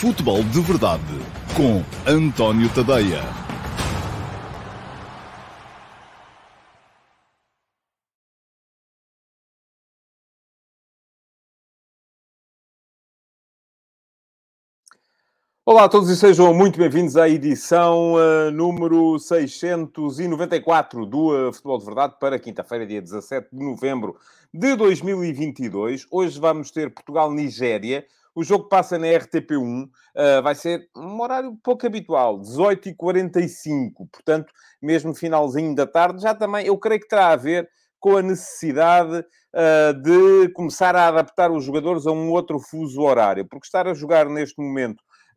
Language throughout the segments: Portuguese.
Futebol de Verdade com António Tadeia. Olá a todos e sejam muito bem-vindos à edição número 694 do Futebol de Verdade para quinta-feira, dia 17 de novembro de 2022. Hoje vamos ter Portugal-Nigéria. O jogo passa na RTP1. Vai ser um horário pouco habitual, 18h45. Portanto, mesmo finalzinho da tarde, já também eu creio que terá a ver com a necessidade de começar a adaptar os jogadores a um outro fuso horário. Porque estar a jogar neste momento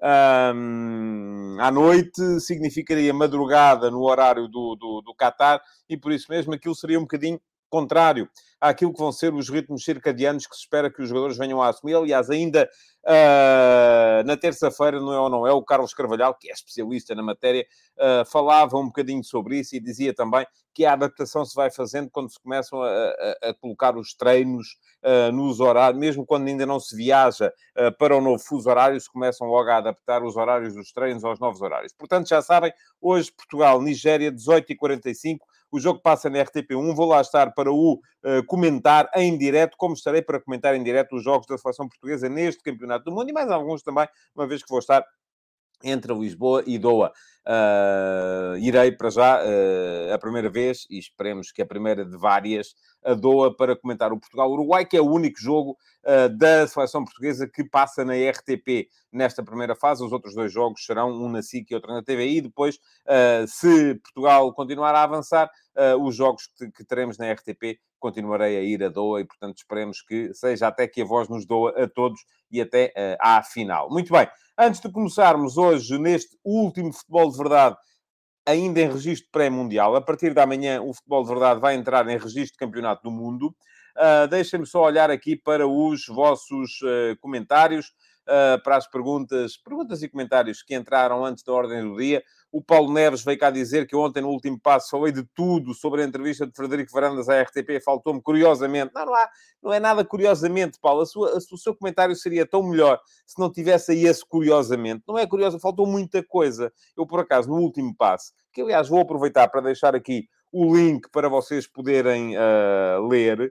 à noite significaria madrugada no horário do Qatar e por isso mesmo aquilo seria um bocadinho contrário àquilo que vão ser os ritmos circadianos que se espera que os jogadores venham a assumir. Aliás, ainda na terça-feira, não é ou não é, o Carlos Carvalhal, que é especialista na matéria, falava um bocadinho sobre isso e dizia também que a adaptação se vai fazendo quando se começam a colocar os treinos nos horários, mesmo quando ainda não se viaja para o novo fuso horário, se começam logo a adaptar os horários dos treinos aos novos horários. Portanto, já sabem, hoje Portugal, Nigéria, 18h45, o jogo passa na RTP1, vou lá estar para o comentar em direto, como estarei para comentar em direto os jogos da seleção portuguesa neste Campeonato do Mundo e mais alguns também, uma vez que vou estar entre Lisboa e Doha. Irei para já a primeira vez, e esperemos que a primeira de várias, a Doha para comentar o Portugal-Uruguai, que é o único jogo da seleção portuguesa que passa na RTP nesta primeira fase. Os outros dois jogos serão um na SIC e outro na TVI. Depois, se Portugal continuar a avançar, os jogos que teremos na RTP continuarei a ir a Doha e, portanto, esperemos que seja até que a voz nos doa a todos e até à final. Muito bem. Antes de começarmos hoje neste último Futebol de Verdade, ainda em registro pré-mundial, a partir da manhã o Futebol de Verdade vai entrar em registro de Campeonato do Mundo. Deixem-me só olhar aqui para os vossos comentários, para as perguntas e comentários que entraram antes da ordem do dia. O Paulo Neves veio cá dizer que ontem, no último passo, falei de tudo sobre a entrevista de Frederico Varandas à RTP. Faltou-me curiosamente. Não é nada curiosamente, Paulo. O seu comentário seria tão melhor se não tivesse aí esse curiosamente. Não é curioso, faltou muita coisa. Eu, por acaso, no último passo, que aliás vou aproveitar para deixar aqui o link para vocês poderem ler,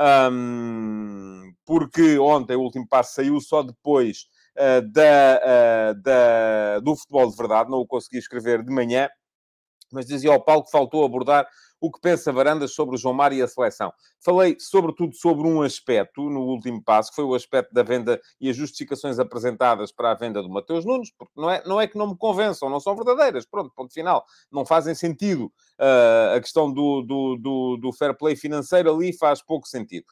porque ontem o último passo saiu só depois do Futebol de Verdade, não o consegui escrever de manhã, mas dizia ao Paulo que faltou abordar o que pensa Varandas sobre o João Mário e a seleção. Falei, sobretudo, sobre um aspecto no último passo, que foi o aspecto da venda e as justificações apresentadas para a venda do Mateus Nunes, porque não é que não me convençam, não são verdadeiras. Pronto, ponto final. Não fazem sentido. A questão do fair play financeiro ali faz pouco sentido.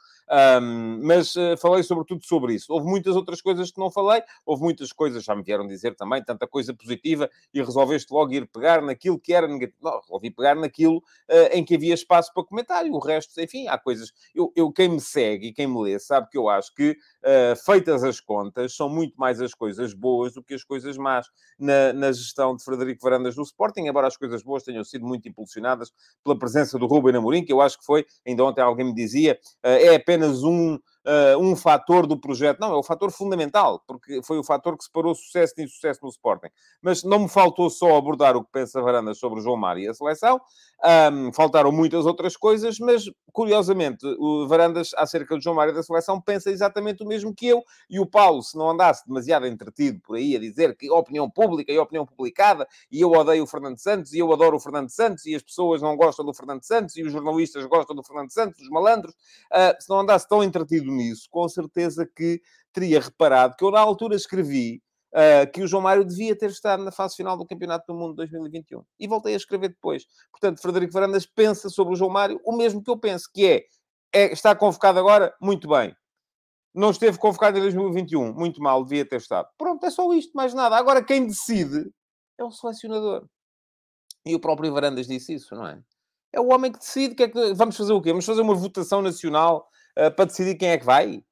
Mas falei sobretudo sobre isso. Houve muitas outras coisas que não falei, houve muitas coisas, já me vieram dizer também, tanta coisa positiva, e resolveste logo ir pegar naquilo que era negativo. Não, resolvi pegar naquilo em que havia espaço para comentário. O resto, enfim, há coisas... Quem me segue e quem me lê sabe que eu acho que, feitas as contas, são muito mais as coisas boas do que as coisas más na gestão de Frederico Varandas no Sporting, embora as coisas boas tenham sido muito impulsionadas pela presença do Ruben Amorim, que eu acho que foi, ainda ontem alguém me dizia, é apenas um fator do projeto. Não, é o fator fundamental, porque foi o fator que separou sucesso de insucesso no Sporting. Mas não me faltou só abordar o que pensa Varandas sobre o João Mário e a seleção. Faltaram muitas outras coisas, mas, curiosamente, o Varandas, acerca do João Mário e da seleção, pensa exatamente o mesmo que eu. E o Paulo, se não andasse demasiado entretido por aí a dizer que a opinião pública e a opinião publicada, e eu odeio o Fernando Santos, e eu adoro o Fernando Santos, e as pessoas não gostam do Fernando Santos, e os jornalistas gostam do Fernando Santos, os malandros, se não andasse tão entretido nisso, com certeza que teria reparado que eu, na altura, escrevi que o João Mário devia ter estado na fase final do Campeonato do Mundo de 2021. E voltei a escrever depois. Portanto, Frederico Varandas pensa sobre o João Mário o mesmo que eu penso, que está convocado agora? Muito bem. Não esteve convocado em 2021? Muito mal, devia ter estado. Pronto, é só isto, mais nada. Agora, quem decide é o selecionador. E o próprio Varandas disse isso, não é? É o homem que decide. Vamos fazer o quê? Vamos fazer uma votação nacional para decidir quem é que vai?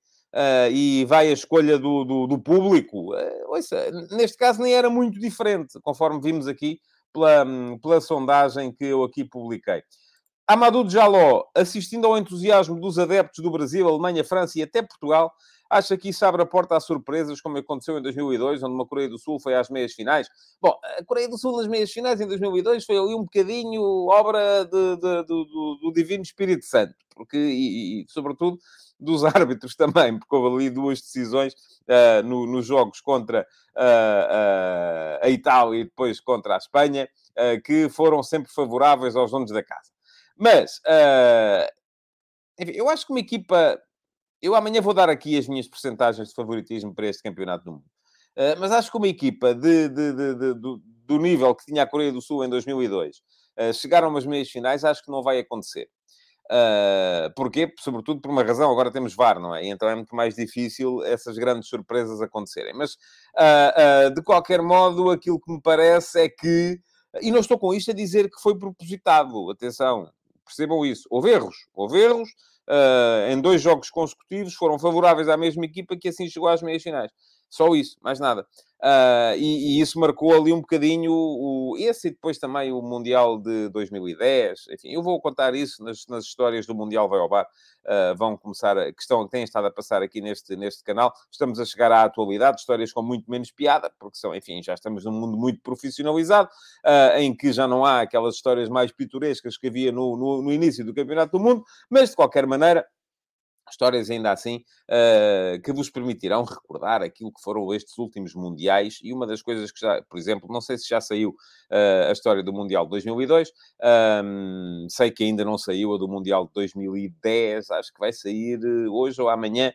E vai a escolha do público? Ouça, neste caso nem era muito diferente, conforme vimos aqui pela sondagem que eu aqui publiquei. Amadou Jaló, assistindo ao entusiasmo dos adeptos do Brasil, Alemanha, França e até Portugal, Acha que isso abre a porta a surpresas, como aconteceu em 2002, onde uma Coreia do Sul foi às meias finais? Bom, a Coreia do Sul nas meias finais em 2002 foi ali um bocadinho obra do Divino Espírito Santo, porque, sobretudo, dos árbitros também, porque houve ali duas decisões nos jogos contra a Itália e depois contra a Espanha, que foram sempre favoráveis aos donos da casa. Mas, enfim, eu acho que uma equipa... Eu amanhã vou dar aqui as minhas percentagens de favoritismo para este campeonato do mundo. Mas acho que uma equipa do nível que tinha a Coreia do Sul em 2002, chegar a umas meias finais, acho que não vai acontecer. Porquê? Sobretudo por uma razão, agora temos VAR, não é? E então é muito mais difícil essas grandes surpresas acontecerem. Mas, de qualquer modo, aquilo que me parece é que... E não estou com isto a dizer que foi propositado. Atenção, percebam isso. Houve erros. Em 2 jogos consecutivos foram favoráveis à mesma equipa que assim chegou às meias finais. Só isso, mais nada. E isso marcou ali um bocadinho esse e depois também o Mundial de 2010. Enfim, eu vou contar isso nas histórias do Mundial Vai ao Bar. Vão começar, têm estado a passar aqui neste canal. Estamos a chegar à atualidade, histórias com muito menos piada, porque são, enfim, já estamos num mundo muito profissionalizado, em que já não há aquelas histórias mais pitorescas que havia no início do Campeonato do Mundo, mas de qualquer maneira, histórias ainda assim que vos permitirão recordar aquilo que foram estes últimos mundiais. E uma das coisas que já, por exemplo, não sei se já saiu a história do Mundial de 2002, sei que ainda não saiu a do Mundial de 2010, acho que vai sair hoje ou amanhã,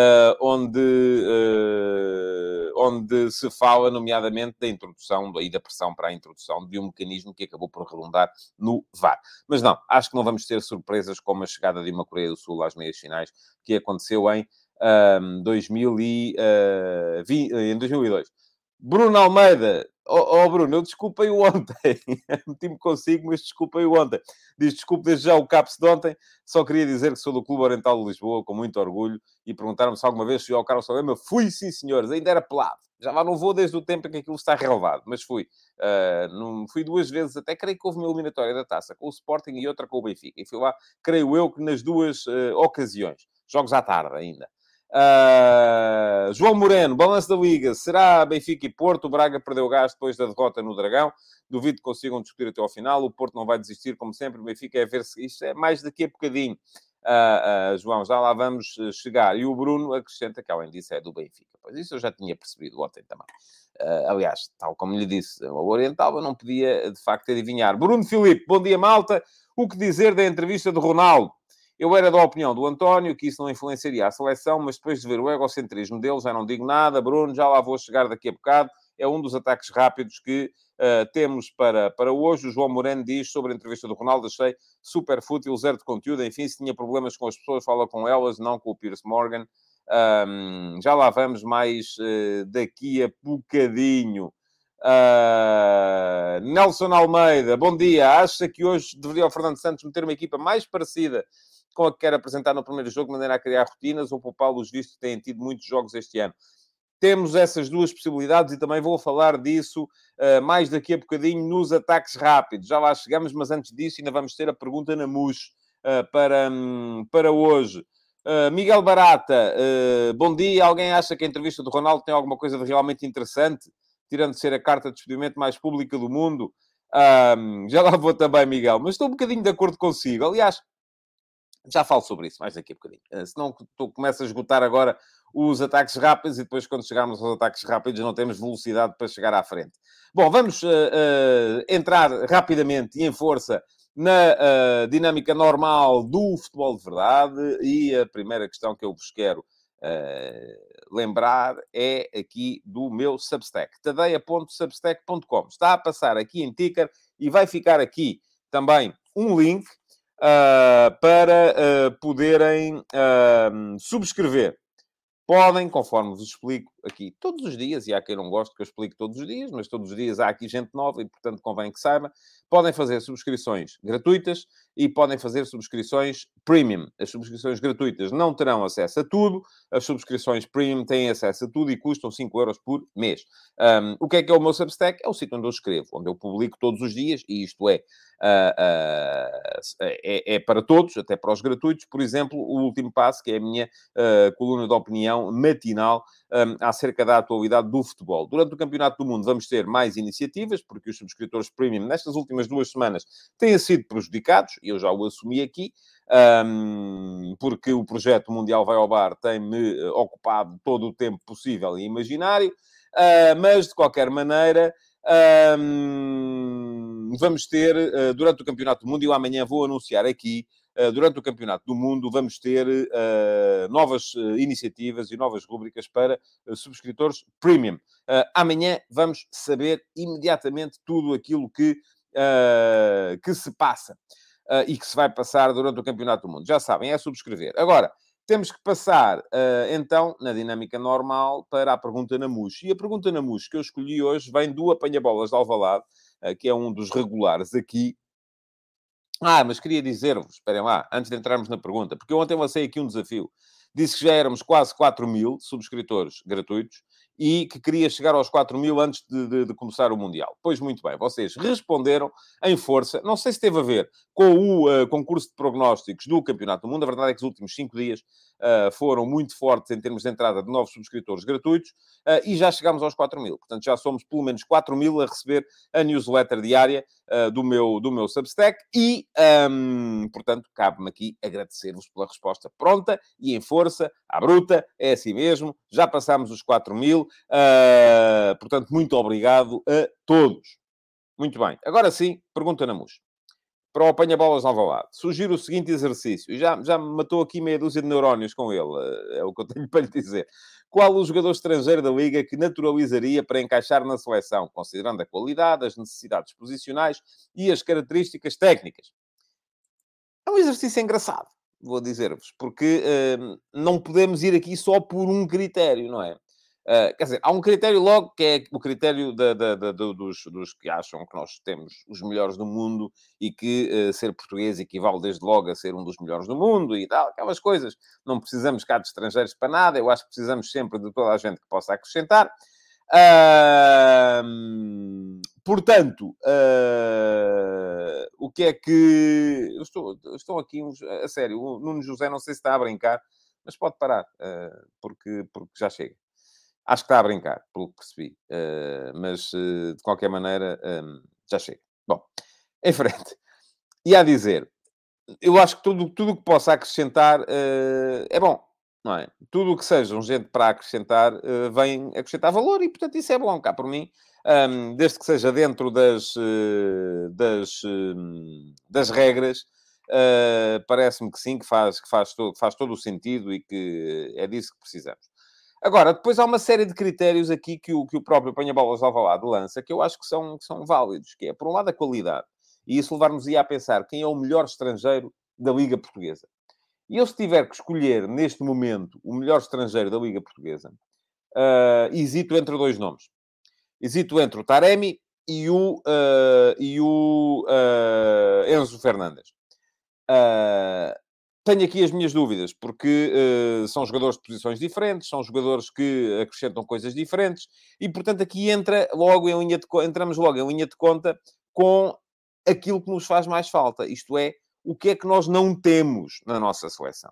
onde se fala, nomeadamente, da introdução e da pressão para a introdução de um mecanismo que acabou por redundar no VAR. Mas não, acho que não vamos ter surpresas como a chegada de uma Coreia do Sul às meias finais, que aconteceu em 2002. Bruno Almeida. Bruno, eu desculpei-o ontem. Meti-me consigo, mas desculpei-o ontem. Diz, desculpe desde já o capso de ontem. Só queria dizer que sou do Clube Oriental de Lisboa, com muito orgulho, e perguntaram-me se alguma vez fui ao Carlos Salema. Fui, sim, senhores. Ainda era pelado. Já lá não vou desde o tempo em que aquilo está relevado, mas fui. Fui 2 vezes, até creio que houve uma eliminatória da Taça, com o Sporting e outra com o Benfica. E fui lá, creio eu, que nas 2 ocasiões. Jogos à tarde ainda. João Moreno, balanço da Liga. Será Benfica e Porto? O Braga perdeu gás depois da derrota no Dragão. Duvido que consigam discutir até ao final. O Porto não vai desistir, como sempre. O Benfica é ver se... Isto é mais daqui a bocadinho. João, já lá vamos chegar. E o Bruno acrescenta que, além disso, é do Benfica. Pois isso eu já tinha percebido ontem também. Aliás, tal como lhe disse, o Oriental eu não podia, de facto, adivinhar. Bruno Filipe, bom dia, malta. O que dizer da entrevista de Ronaldo? Eu era da opinião do António que isso não influenciaria a seleção, mas depois de ver o egocentrismo dele, já não digo nada. Bruno, já lá vou chegar daqui a bocado. É um dos ataques rápidos que temos para hoje. O João Moreno diz sobre a entrevista do Ronaldo: achei super fútil, zero de conteúdo. Enfim, se tinha problemas com as pessoas, fala com elas, não com o Piers Morgan. Já lá vamos mais daqui a bocadinho. Nelson Almeida, bom dia. Acha que hoje deveria o Fernando Santos meter uma equipa mais parecida com a que quer apresentar no primeiro jogo, de maneira a criar rotinas, ou poupá-los, visto que têm tido muitos jogos este ano? Temos essas 2 possibilidades e também vou falar disso mais daqui a bocadinho nos ataques rápidos. Já lá chegamos, mas antes disso ainda vamos ter a pergunta na MUS para hoje. Miguel Barata, bom dia. Alguém acha que a entrevista do Ronaldo tem alguma coisa de realmente interessante? Tirando de ser a carta de despedimento mais pública do mundo. Já lá vou também, Miguel. Mas estou um bocadinho de acordo consigo. Aliás, já falo sobre isso mais daqui a bocadinho. Senão tu começas a esgotar agora os ataques rápidos e depois, quando chegarmos aos ataques rápidos, não temos velocidade para chegar à frente. Bom, vamos entrar rapidamente e em força na dinâmica normal do futebol de verdade. E a primeira questão que eu vos quero lembrar é aqui do meu Substack. tadeia.substack.com. Está a passar aqui em ticker e vai ficar aqui também um link para poderem subscrever. Podem, conforme vos explico aqui todos os dias, e há quem não goste que eu explique todos os dias, mas todos os dias há aqui gente nova e, portanto, convém que saiba. Podem fazer subscrições gratuitas e podem fazer subscrições premium. As subscrições gratuitas não terão acesso a tudo, as subscrições premium têm acesso a tudo e custam 5€ por mês. O que é o meu Substack? É o sítio onde eu escrevo, onde eu publico todos os dias, e isto é para todos, até para os gratuitos. Por exemplo, o Último Passo, que é a minha coluna de opinião opinião matinal acerca da atualidade do futebol. Durante o Campeonato do Mundo vamos ter mais iniciativas, porque os subscritores premium nestas últimas 2 semanas têm sido prejudicados, e eu já o assumi aqui, porque o projeto Mundial Vai ao Bar tem-me ocupado todo o tempo possível e imaginário, mas, de qualquer maneira, vamos ter, durante o Campeonato do Mundo, e eu amanhã vou anunciar aqui, durante o Campeonato do Mundo, vamos ter novas iniciativas e novas rúbricas para subscritores premium. Amanhã vamos saber imediatamente tudo aquilo que se passa e que se vai passar durante o Campeonato do Mundo. Já sabem, é subscrever. Agora, temos que passar, então, na dinâmica normal, para a pergunta na MUS. E a pergunta na MUS que eu escolhi hoje vem do Apanha-Bolas de Alvalade, que é um dos regulares aqui. Mas queria dizer-vos, esperem lá, antes de entrarmos na pergunta, porque eu ontem lancei aqui um desafio. Disse que já éramos quase 4.000 subscritores gratuitos e que queria chegar aos 4.000 antes de começar o Mundial. Pois muito bem, vocês responderam em força. Não sei se teve a ver com o concurso de prognósticos do Campeonato do Mundo. A verdade é que os últimos 5 dias foram muito fortes em termos de entrada de novos subscritores gratuitos e já chegámos aos 4.000. Portanto, já somos pelo menos 4.000 a receber a newsletter diária do meu Substack e, portanto, cabe-me aqui agradecer-vos pela resposta pronta e em força, à bruta, é assim mesmo, já passámos os 4.000, portanto, muito obrigado a todos. Muito bem, agora sim, pergunta na MUS. Para o apanha-bolas Alvalade, sugiro o seguinte exercício, e já me matou aqui meia dúzia de neurónios com ele, é o que eu tenho para lhe dizer. Qual o jogador estrangeiro da Liga que naturalizaria para encaixar na seleção, considerando a qualidade, as necessidades posicionais e as características técnicas? É um exercício engraçado, vou dizer-vos, porque não podemos ir aqui só por um critério, não é? Quer dizer, há um critério logo, que é o critério dos que acham que nós temos os melhores do mundo e que ser português equivale desde logo a ser um dos melhores do mundo e tal, aquelas coisas. Não precisamos cá de estrangeiros para nada, eu acho que precisamos sempre de toda a gente que possa acrescentar. Portanto, o que é que... Estou aqui, a sério, o Nuno José não sei se está a brincar, mas pode parar, porque já chega. Acho que está a brincar, pelo que percebi. Mas, de qualquer maneira, já chega. Bom, em frente. E a dizer, eu acho que tudo o que possa acrescentar é bom, não é? Tudo o que seja gente para acrescentar vem acrescentar valor e, portanto, isso é bom, cá por mim. Desde que seja dentro das regras, parece-me que sim, que faz todo o sentido e que é disso que precisamos. Agora, depois há uma série de critérios aqui que o próprio Apanha-Bolas de Alvalade lança, que eu acho que são válidos, que é, por um lado, a qualidade. E isso levar-nos-ia a pensar quem é o melhor estrangeiro da Liga Portuguesa. E eu, se tiver que escolher, neste momento, o melhor estrangeiro da Liga Portuguesa, hesito entre 2 nomes. Hesito entre o Taremi e o Enzo Fernandes. Tenho aqui as minhas dúvidas, porque são jogadores de posições diferentes, são jogadores que acrescentam coisas diferentes, e, portanto, aqui entramos logo em linha de conta com aquilo que nos faz mais falta. Isto é, o que é que nós não temos na nossa seleção.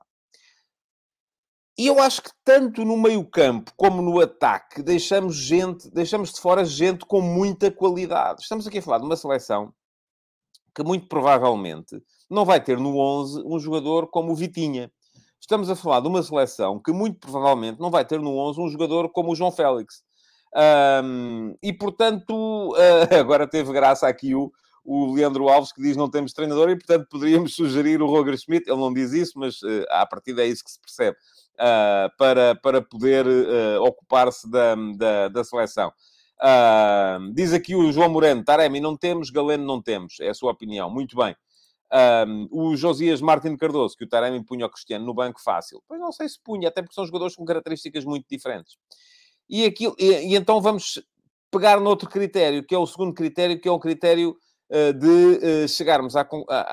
E eu acho que tanto no meio-campo como no ataque deixamos de fora gente com muita qualidade. Estamos aqui a falar de uma seleção que muito provavelmente não vai ter no 11 um jogador como o Vitinha. Estamos a falar de uma seleção que muito provavelmente não vai ter no 11 um jogador como o João Félix. E, portanto, agora teve graça aqui o Leandro Alves, que diz não temos treinador e, portanto, poderíamos sugerir o Roger Schmidt. Ele não diz isso, mas à partida é isso que se percebe. Para poder ocupar-se da seleção. Diz aqui o João Moreno, Taremi não temos, Galeno não temos. É a sua opinião. Muito bem. O Josias Martins Cardoso, que o Taremi punha o Cristiano no banco fácil. Pois não sei se punha, até porque são jogadores com características muito diferentes. E então vamos pegar noutro critério, que é o segundo critério, que é o critério de chegarmos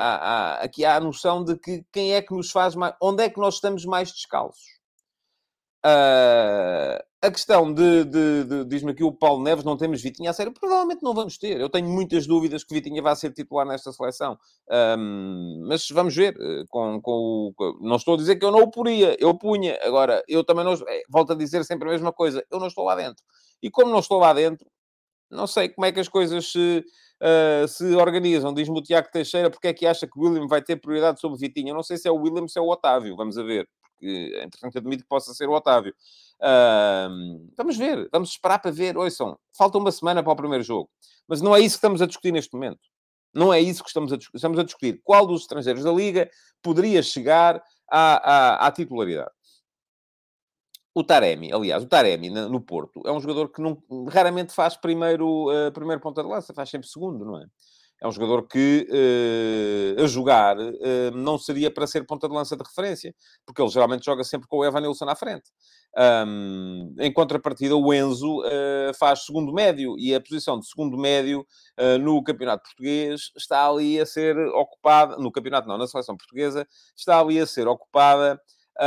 aqui à noção de que quem é que nos faz mais... Onde é que nós estamos mais descalços? A questão diz-me aqui o Paulo Neves, não temos Vitinha a sério. Provavelmente não vamos ter. Eu tenho muitas dúvidas que Vitinha vai ser titular nesta seleção. Mas vamos ver. Não estou a dizer que eu não o poria. Eu punha. Agora, eu também não... Volto a dizer sempre a mesma coisa. Eu não estou lá dentro. E como não estou lá dentro, não sei como é que as coisas se organizam. Diz-me o Tiago Teixeira porque é que acha que o William vai ter prioridade sobre Vitinha. Eu não sei se é o William ou se é o Otávio. Vamos a ver. Porque, entretanto, admito que possa ser o Otávio. Vamos ver. Vamos esperar para ver. Ouçam, falta uma semana para o primeiro jogo. Mas não é isso que estamos a discutir neste momento. Não é isso que estamos a discutir. Estamos a discutir qual dos estrangeiros da Liga poderia chegar à titularidade. O Taremi, aliás, o Taremi no Porto é um jogador que raramente faz primeiro ponta de lança, faz sempre segundo, não é? É um jogador que, a jogar, não seria para ser ponta de lança de referência, porque ele geralmente joga sempre com o Evanilson à frente. Em contrapartida, o Enzo faz segundo médio, e a posição de segundo médio no campeonato português está ali a ser ocupada, no campeonato não, na seleção portuguesa, está ali a ser ocupada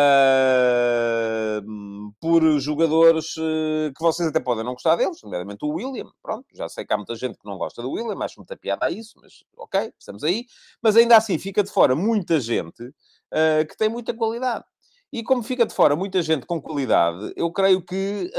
por jogadores que vocês até podem não gostar deles, nomeadamente o William. Pronto, já sei que há muita gente que não gosta do William, acho muita piada a isso, mas ok, estamos aí. Mas ainda assim fica de fora muita gente que tem muita qualidade. E como fica de fora muita gente com qualidade, eu creio que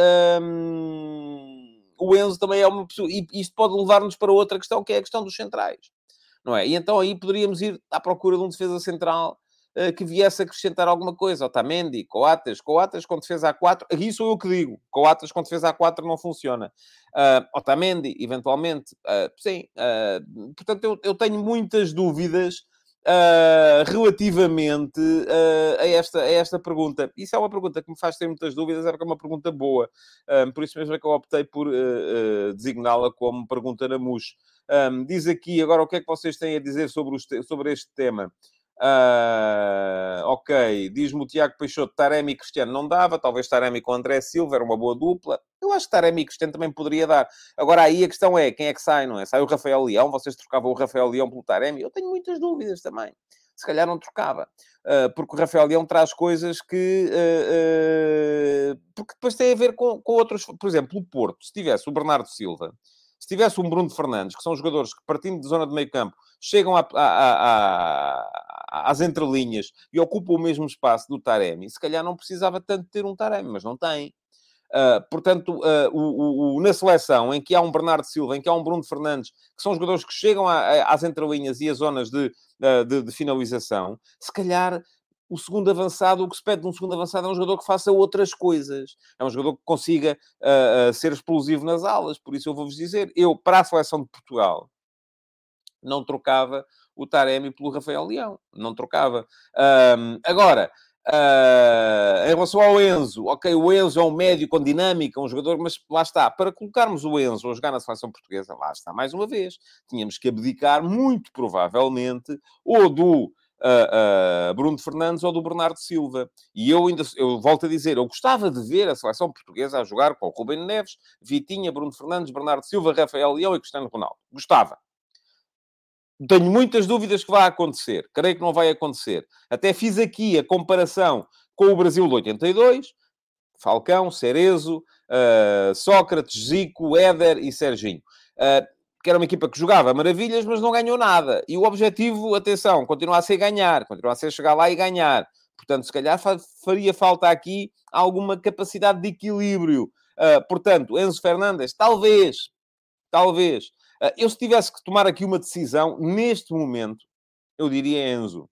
o Enzo também é uma pessoa... E isto pode levar-nos para outra questão, que é a questão dos centrais. Não é? E então aí poderíamos ir à procura de um defesa central que viesse acrescentar alguma coisa. Otamendi, Coates com defesa a 4. Aqui sou eu que digo. Coates com defesa a 4 não funciona. Otamendi, eventualmente. Sim. Portanto, eu tenho muitas dúvidas relativamente a esta pergunta. Isso é uma pergunta que me faz ter muitas dúvidas, é porque é uma pergunta boa. Por isso mesmo é que eu optei por designá-la como pergunta na MUS. Diz aqui, agora, o que é que vocês têm a dizer sobre este tema? Ok, diz-me o Tiago Peixoto, Taremi e Cristiano não dava, talvez Taremi com André Silva era uma boa dupla. Eu acho que Taremi e Cristiano também poderia dar. Agora aí a questão é, quem é que sai, não é? Sai o Rafael Leão, vocês trocavam o Rafael Leão pelo Taremi? Eu tenho muitas dúvidas também. Se calhar não trocava. Porque o Rafael Leão traz coisas que... porque depois tem a ver com outros... Por exemplo, o Porto, se tivesse o Bernardo Silva, se tivesse um Bruno Fernandes, que são jogadores que, partindo de zona de meio campo, chegam às entrelinhas e ocupam o mesmo espaço do Taremi, se calhar não precisava tanto ter um Taremi, mas não tem. Portanto, na seleção, em que há um Bernardo Silva, em que há um Bruno Fernandes, que são jogadores que chegam às entrelinhas e às zonas de finalização, se calhar o segundo avançado, o que se pede de um segundo avançado é um jogador que faça outras coisas. É um jogador que consiga ser explosivo nas alas. Por isso eu vou-vos dizer, eu, para a seleção de Portugal, não trocava o Taremi pelo Rafael Leão. Não trocava. Agora, em relação ao Enzo, ok, o Enzo é um médio com dinâmica, um jogador, mas lá está, para colocarmos o Enzo a jogar na seleção portuguesa, lá está, mais uma vez, tínhamos que abdicar, muito provavelmente, ou do Bruno Fernandes ou do Bernardo Silva. E eu volto a dizer, eu gostava de ver a seleção portuguesa a jogar com o Rubem Neves, Vitinha, Bruno Fernandes, Bernardo Silva, Rafael Leão e Cristiano Ronaldo. Gostava. Tenho muitas dúvidas que vai acontecer. Creio que não vai acontecer. Até fiz aqui a comparação com o Brasil de 82. Falcão, Cerezo, Sócrates, Zico, Éder e Serginho. Que era uma equipa que jogava maravilhas, mas não ganhou nada. E o objetivo, atenção, continua a ser ganhar. Continua a ser chegar lá e ganhar. Portanto, se calhar faria falta aqui alguma capacidade de equilíbrio. Portanto, Enzo Fernandes, talvez... Eu, se tivesse que tomar aqui uma decisão, neste momento, eu diria Enzo.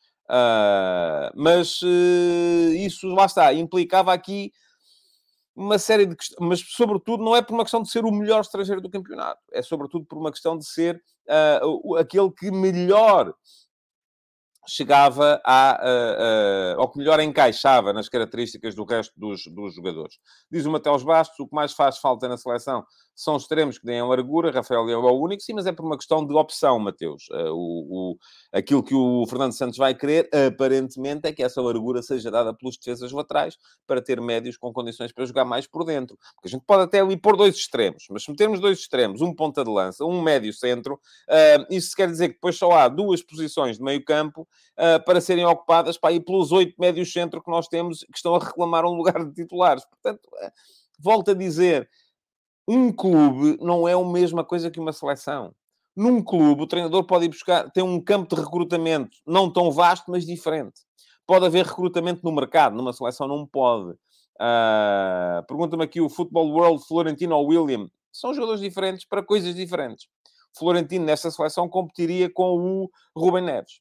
Mas isso, lá está, implicava aqui uma série de questões. Mas, sobretudo, não é por uma questão de ser o melhor estrangeiro do campeonato. É, sobretudo, por uma questão de ser aquele que melhor chegava ao que melhor encaixava nas características do resto dos jogadores. Diz o Mateus Bastos, o que mais faz falta na seleção são extremos que deem a largura. Rafael Leão é o único, sim, mas é por uma questão de opção, Mateus. Aquilo que o Fernando Santos vai querer, aparentemente, é que essa largura seja dada pelos defesas laterais para ter médios com condições para jogar mais por dentro. Porque a gente pode até ali pôr dois extremos, mas se metermos dois extremos, um ponta de lança, um médio centro, isso quer dizer que depois só há duas posições de meio campo para serem ocupadas pá, aí pelos 8 médios centro que nós temos que estão a reclamar um lugar de titulares. Portanto, volto a dizer, um clube não é a mesma coisa que uma seleção. Num clube, o treinador pode ir buscar, tem um campo de recrutamento não tão vasto, mas diferente. Pode haver recrutamento no mercado, numa seleção não pode. Pergunta-me aqui o Football World, Florentino ou William. São jogadores diferentes para coisas diferentes. Florentino, nesta seleção, competiria com o Rubem Neves.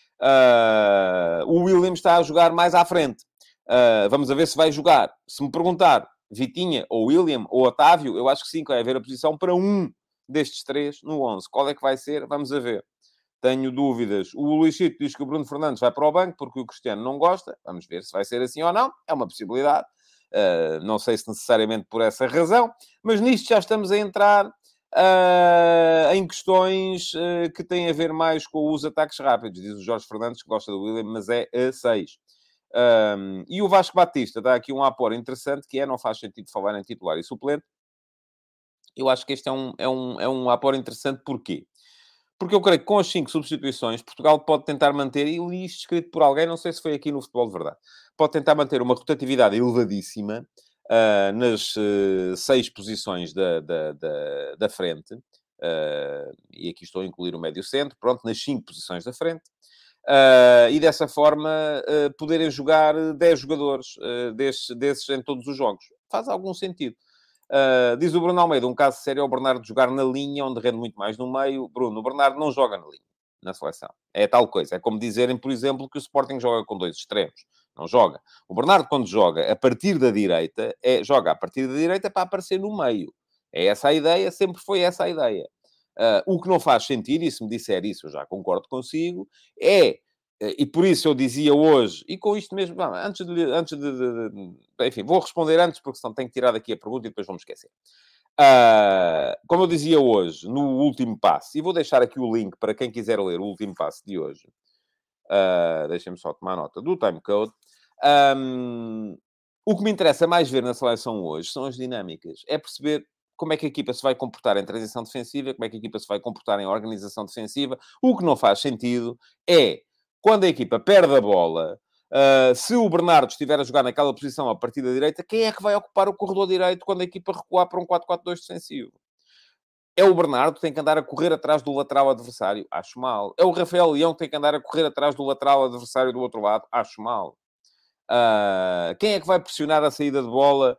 O William está a jogar mais à frente. Vamos a ver se vai jogar. Se me perguntar Vitinha ou William ou Otávio, eu acho que sim, que vai haver a posição para um destes três no 11. Qual é que vai ser? Vamos a ver. Tenho dúvidas. O Luís Chito diz que o Bruno Fernandes vai para o banco porque o Cristiano não gosta. Vamos ver se vai ser assim ou não. É uma possibilidade. Não sei se necessariamente por essa razão. Mas nisto já estamos a entrar em questões que têm a ver mais com os ataques rápidos. Diz o Jorge Fernandes que gosta do William, mas é a 6. E o Vasco Batista dá aqui um aporo interessante, que não faz sentido falar em titular e suplente. Eu acho que este é um aporo interessante. Porquê? Porque eu creio que com as 5 substituições, Portugal pode tentar manter, e li isto escrito por alguém, não sei se foi aqui no Futebol de Verdade, pode tentar manter uma rotatividade elevadíssima nas 6 posições da frente, e aqui estou a incluir o médio-centro, pronto, nas 5 posições da frente, e dessa forma poderem jogar 10 jogadores desses em todos os jogos. Faz algum sentido. Diz o Bruno Almeida, um caso sério é o Bernardo jogar na linha, onde rende muito mais no meio. Bruno, o Bernardo não joga na linha, na seleção. É tal coisa. É como dizerem, por exemplo, que o Sporting joga com 2 extremos. Não joga. O Bernardo, quando joga a partir da direita, joga a partir da direita para aparecer no meio. É essa a ideia, sempre foi essa a ideia. O que não faz sentido, e se me disser isso, eu já concordo consigo, e por isso eu dizia hoje, e com isto mesmo, enfim, vou responder antes, porque senão tenho que tirar daqui a pergunta e depois vou-me esquecer. Como eu dizia hoje, no último passo, e vou deixar aqui o link para quem quiser ler o último passo de hoje, deixem-me só tomar nota do timecode. O que me interessa mais ver na seleção hoje são as dinâmicas. É perceber como é que a equipa se vai comportar em transição defensiva, como é que a equipa se vai comportar em organização defensiva. O que não faz sentido é, quando a equipa perde a bola, se o Bernardo estiver a jogar naquela posição a partir da direita, quem é que vai ocupar o corredor direito quando a equipa recuar para um 4-4-2 defensivo? É o Bernardo que tem que andar a correr atrás do lateral adversário? Acho mal. É o Rafael Leão que tem que andar a correr atrás do lateral adversário do outro lado? Acho mal. Quem é que vai pressionar a saída de bola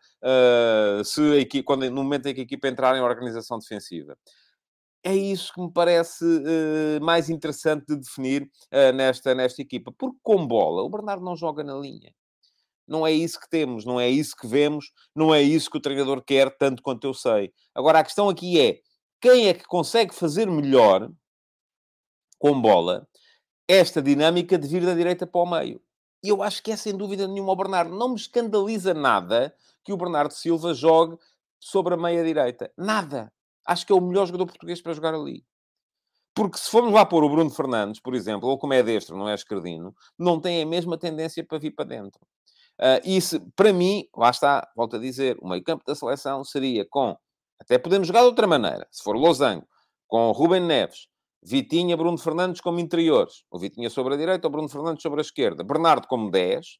no momento em que a equipa entrar em organização defensiva? É isso que me parece mais interessante de definir nesta equipa. Porque com bola, o Bernardo não joga na linha. Não é isso que temos, não é isso que vemos, não é isso que o treinador quer, tanto quanto eu sei. Agora, a questão aqui é, quem é que consegue fazer melhor, com bola, esta dinâmica de vir da direita para o meio? E eu acho que é, sem dúvida nenhuma, o Bernardo. Não me escandaliza nada que o Bernardo Silva jogue sobre a meia-direita. Nada. Acho que é o melhor jogador português para jogar ali. Porque se formos lá pôr o Bruno Fernandes, por exemplo, ou como é destro, não é esquerdino, não tem a mesma tendência para vir para dentro. Para mim, lá está, volto a dizer, o meio-campo da seleção seria com... Até podemos jogar de outra maneira. Se for Losango, com Rubem Neves, Vitinha, Bruno Fernandes como interiores. O Vitinha sobre a direita, o Bruno Fernandes sobre a esquerda. Bernardo como 10.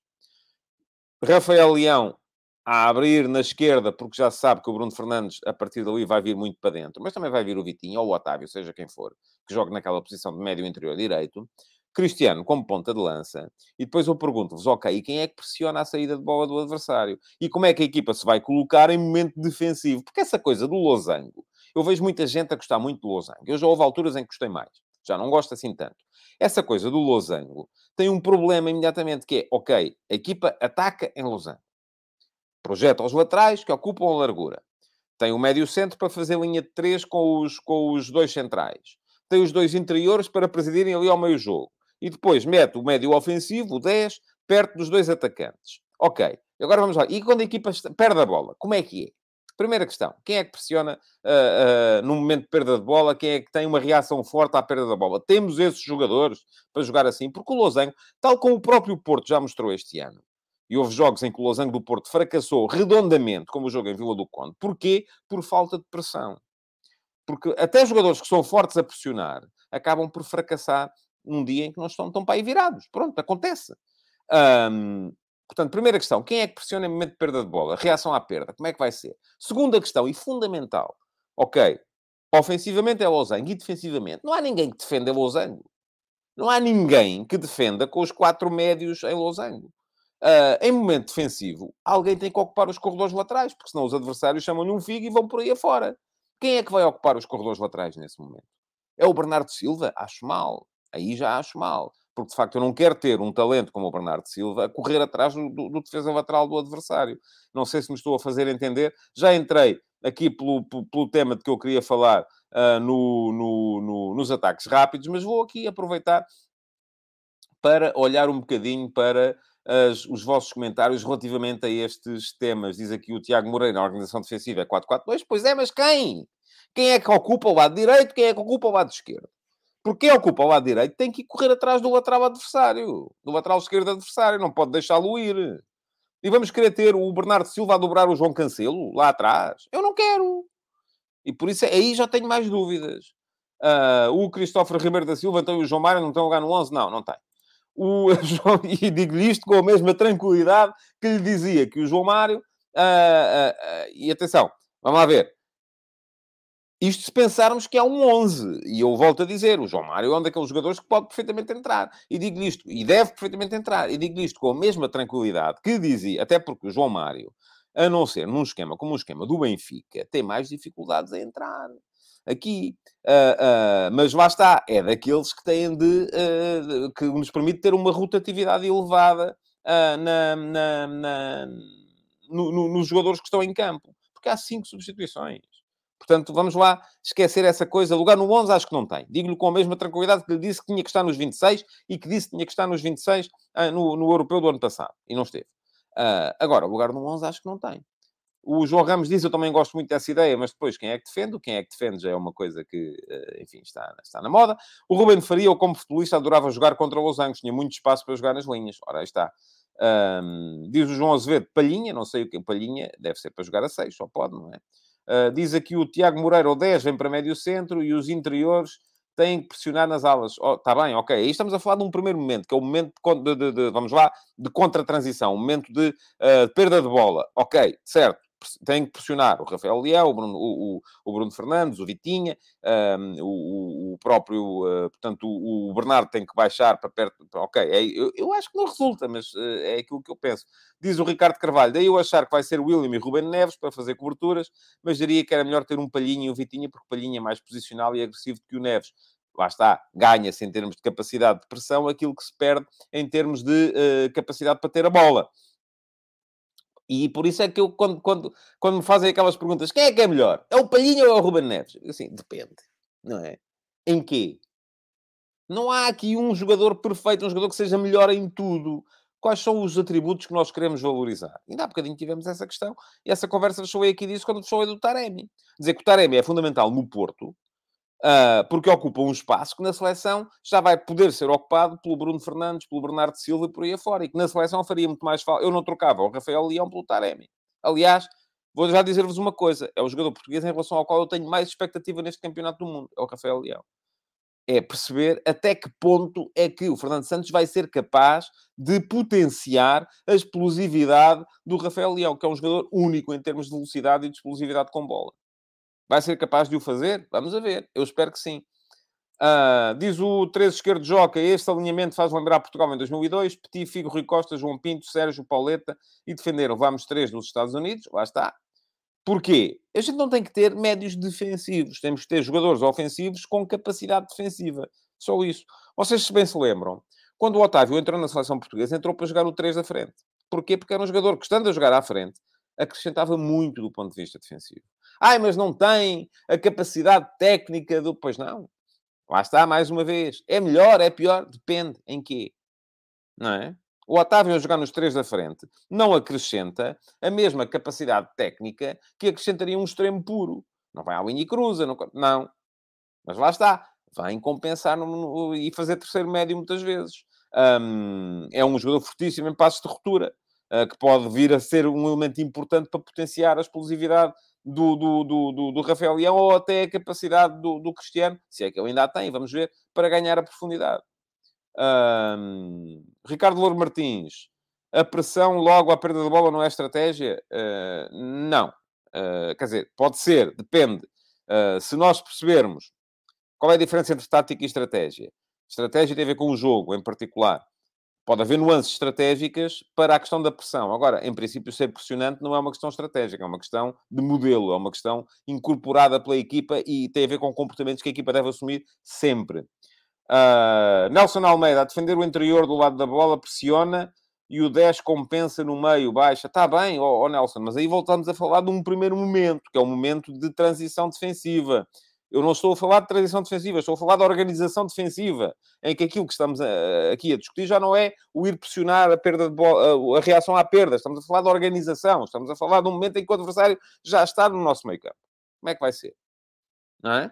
Rafael Leão a abrir na esquerda, porque já se sabe que o Bruno Fernandes, a partir dali, vai vir muito para dentro. Mas também vai vir o Vitinho ou o Otávio, seja quem for, que jogue naquela posição de médio interior direito. Cristiano como ponta de lança. E depois eu pergunto-vos, ok, e quem é que pressiona a saída de bola do adversário? E como é que a equipa se vai colocar em momento defensivo? Porque essa coisa do losango, eu vejo muita gente a gostar muito do losango. Eu já houve alturas em que gostei mais. Já não gosto assim tanto. Essa coisa do losango tem um problema imediatamente, que é, ok, a equipa ataca em losango. Projeta aos laterais, que ocupam a largura. Tem o médio-centro para fazer linha de 3 com os 2 centrais. Tem os 2 interiores para presidirem ali ao meio-jogo. E depois mete o médio ofensivo, o 10, perto dos 2 atacantes. Ok, agora vamos lá. E quando a equipa perde a bola, como é que é? Primeira questão. Quem é que pressiona no momento de perda de bola? Quem é que tem uma reação forte à perda da bola? Temos esses jogadores para jogar assim? Porque o Losango, tal como o próprio Porto já mostrou este ano, e houve jogos em que o Losango do Porto fracassou redondamente, como o jogo em Vila do Conde. Porquê? Por falta de pressão. Porque até jogadores que são fortes a pressionar acabam por fracassar num dia em que não estão para aí virados. Pronto, acontece. Ahm, Portanto, primeira questão, quem é que pressiona em momento de perda de bola? Reação à perda, como é que vai ser? Segunda questão, e fundamental, ok, ofensivamente é Losango e defensivamente. Não há ninguém que defenda Losango. Não há ninguém que defenda com os 4 médios em Losango. Em momento defensivo, alguém tem que ocupar os corredores laterais, porque senão os adversários chamam-lhe um figo e vão por aí afora. Quem é que vai ocupar os corredores laterais nesse momento? É o Bernardo Silva? Acho mal. Aí já acho mal. Porque, de facto, eu não quero ter um talento como o Bernardo Silva a correr atrás do defesa lateral do adversário. Não sei se me estou a fazer entender. Já entrei aqui pelo tema de que eu queria falar nos ataques rápidos, mas vou aqui aproveitar para olhar um bocadinho para os vossos comentários relativamente a estes temas. Diz aqui o Tiago Moreira, a organização defensiva é 4-4-2. Pois é, mas quem? Quem é que ocupa o lado direito? Quem é que ocupa o lado esquerdo? Porque quem ocupa o lado direito tem que ir correr atrás do lateral adversário, do lateral esquerdo adversário, não pode deixá-lo ir. E vamos querer ter o Bernardo Silva a dobrar o João Cancelo lá atrás? Eu não quero. E por isso aí já tenho mais dúvidas. O Cristóvão Ribeiro da Silva, então, e o João Mário não estão a jogar no 11? Não, não tem. E digo-lhe isto com a mesma tranquilidade que lhe dizia que o João Mário... e atenção, vamos lá ver. Isto se pensarmos que há um 11. E eu volto a dizer, o João Mário é um daqueles jogadores que pode perfeitamente entrar. E digo-lhe isto, e deve perfeitamente entrar. E digo-lhe isto com a mesma tranquilidade que dizia, até porque o João Mário, a não ser num esquema como o esquema do Benfica, tem mais dificuldades a entrar. Aqui. Mas lá está, é daqueles que têm que nos permite ter uma rotatividade elevada nos jogadores que estão em campo. Porque há 5 substituições. Portanto, vamos lá esquecer essa coisa. Lugar no 11 acho que não tem. Digo-lhe com a mesma tranquilidade que lhe disse que tinha que estar nos 26 e que disse que tinha que estar nos 26 no Europeu do ano passado. E não esteve. Agora, lugar no 11 acho que não tem. O João Ramos diz, eu também gosto muito dessa ideia, mas depois quem é que defende? Quem é que defende já é uma coisa que, enfim, está na moda. O Ruben Faria, eu como futebolista, adorava jogar contra os Angos. Tinha muito espaço para jogar nas linhas. Ora, aí está. Diz o João Azevedo, Palhinha, não sei o que é Palhinha, deve ser para jogar a 6, só pode, não é? Diz aqui o Tiago Moreira, o 10 vem para médio centro e os interiores têm que pressionar nas alas. Está bem, ok. Aí estamos a falar de um primeiro momento, que é o momento vamos lá, de contra-transição, um momento de perda de bola. Ok, certo. Tem que pressionar o Rafael Leão, o Bruno Fernandes, o Vitinha, o próprio, portanto, o Bernardo tem que baixar para perto. Ok, eu acho que não resulta, mas é aquilo que eu penso. Diz o Ricardo Carvalho, daí eu achar que vai ser o William e Ruben Neves para fazer coberturas, mas diria que era melhor ter um Palhinha e o Vitinha, porque o Palhinha é mais posicional e agressivo do que o Neves. Lá está, ganha-se em termos de capacidade de pressão aquilo que se perde em termos de capacidade para ter a bola. E por isso é que eu, quando me fazem aquelas perguntas, quem é melhor? É o Palhinha ou é o Ruben Neves? Assim, depende, não é? Em quê? Não há aqui um jogador perfeito, um jogador que seja melhor em tudo. Quais são os atributos que nós queremos valorizar? Ainda há bocadinho tivemos essa questão, e essa conversa falei aqui disso quando falei do Taremi. Dizer que o Taremi é fundamental no Porto, porque ocupa um espaço que na seleção já vai poder ser ocupado pelo Bruno Fernandes, pelo Bernardo Silva e por aí afora. E que na seleção faria muito mais falta. Eu não trocava o Rafael Leão pelo Taremi. Aliás, vou já dizer-vos uma coisa. É o jogador português em relação ao qual eu tenho mais expectativa neste campeonato do mundo. É o Rafael Leão. É perceber até que ponto é que o Fernando Santos vai ser capaz de potenciar a explosividade do Rafael Leão, que é um jogador único em termos de velocidade e de explosividade com bola. Vai ser capaz de o fazer? Vamos a ver. Eu espero que sim. Diz o 13 esquerdo Joca, este alinhamento faz lembrar Portugal em 2002. Petit, Figo, Rui Costa, João Pinto, Sérgio, Pauleta e defenderam vamos 3 nos Estados Unidos. Lá está. Porquê? A gente não tem que ter médios defensivos. Temos que ter jogadores ofensivos com capacidade defensiva. Só isso. Vocês se bem se lembram, quando o Otávio entrou na seleção portuguesa, entrou para jogar o 3 da frente. Porquê? Porque era um jogador que, estando a jogar à frente, acrescentava muito do ponto de vista defensivo. Ai, mas não tem a capacidade técnica do... Pois não. Lá está, mais uma vez. É melhor, é pior? Depende. Em quê? Não é? O Otávio a jogar nos 3 da frente não acrescenta a mesma capacidade técnica que acrescentaria um extremo puro. Não vai à linha e cruza. Não. Mas lá está. Vem compensar e fazer terceiro médio muitas vezes. É um jogador fortíssimo em passos de ruptura. Que pode vir a ser um elemento importante para potenciar a explosividade do Rafael Leão ou até a capacidade do Cristiano, se é que ele ainda a tem, vamos ver, para ganhar a profundidade. Ricardo Louro Martins, a pressão logo à perda de bola não é estratégia? Não. Quer dizer, pode ser, depende. Se nós percebermos qual é a diferença entre tática e estratégia? Estratégia tem a ver com o jogo, em particular. Pode haver nuances estratégicas para a questão da pressão. Agora, em princípio, ser pressionante não é uma questão estratégica, é uma questão de modelo, é uma questão incorporada pela equipa e tem a ver com comportamentos que a equipa deve assumir sempre. Nelson Almeida, a defender o interior do lado da bola, pressiona e o 10 compensa no meio, baixa. Está bem, Nelson, mas aí voltamos a falar de um primeiro momento, que é o momento de transição defensiva. Eu não estou a falar de transição defensiva, estou a falar de organização defensiva, em que aquilo que estamos aqui a discutir já não é o ir pressionar a perda de bola, a reação à perda. Estamos a falar de organização, estamos a falar de um momento em que o adversário já está no nosso meio campo. Como é que vai ser? Não é?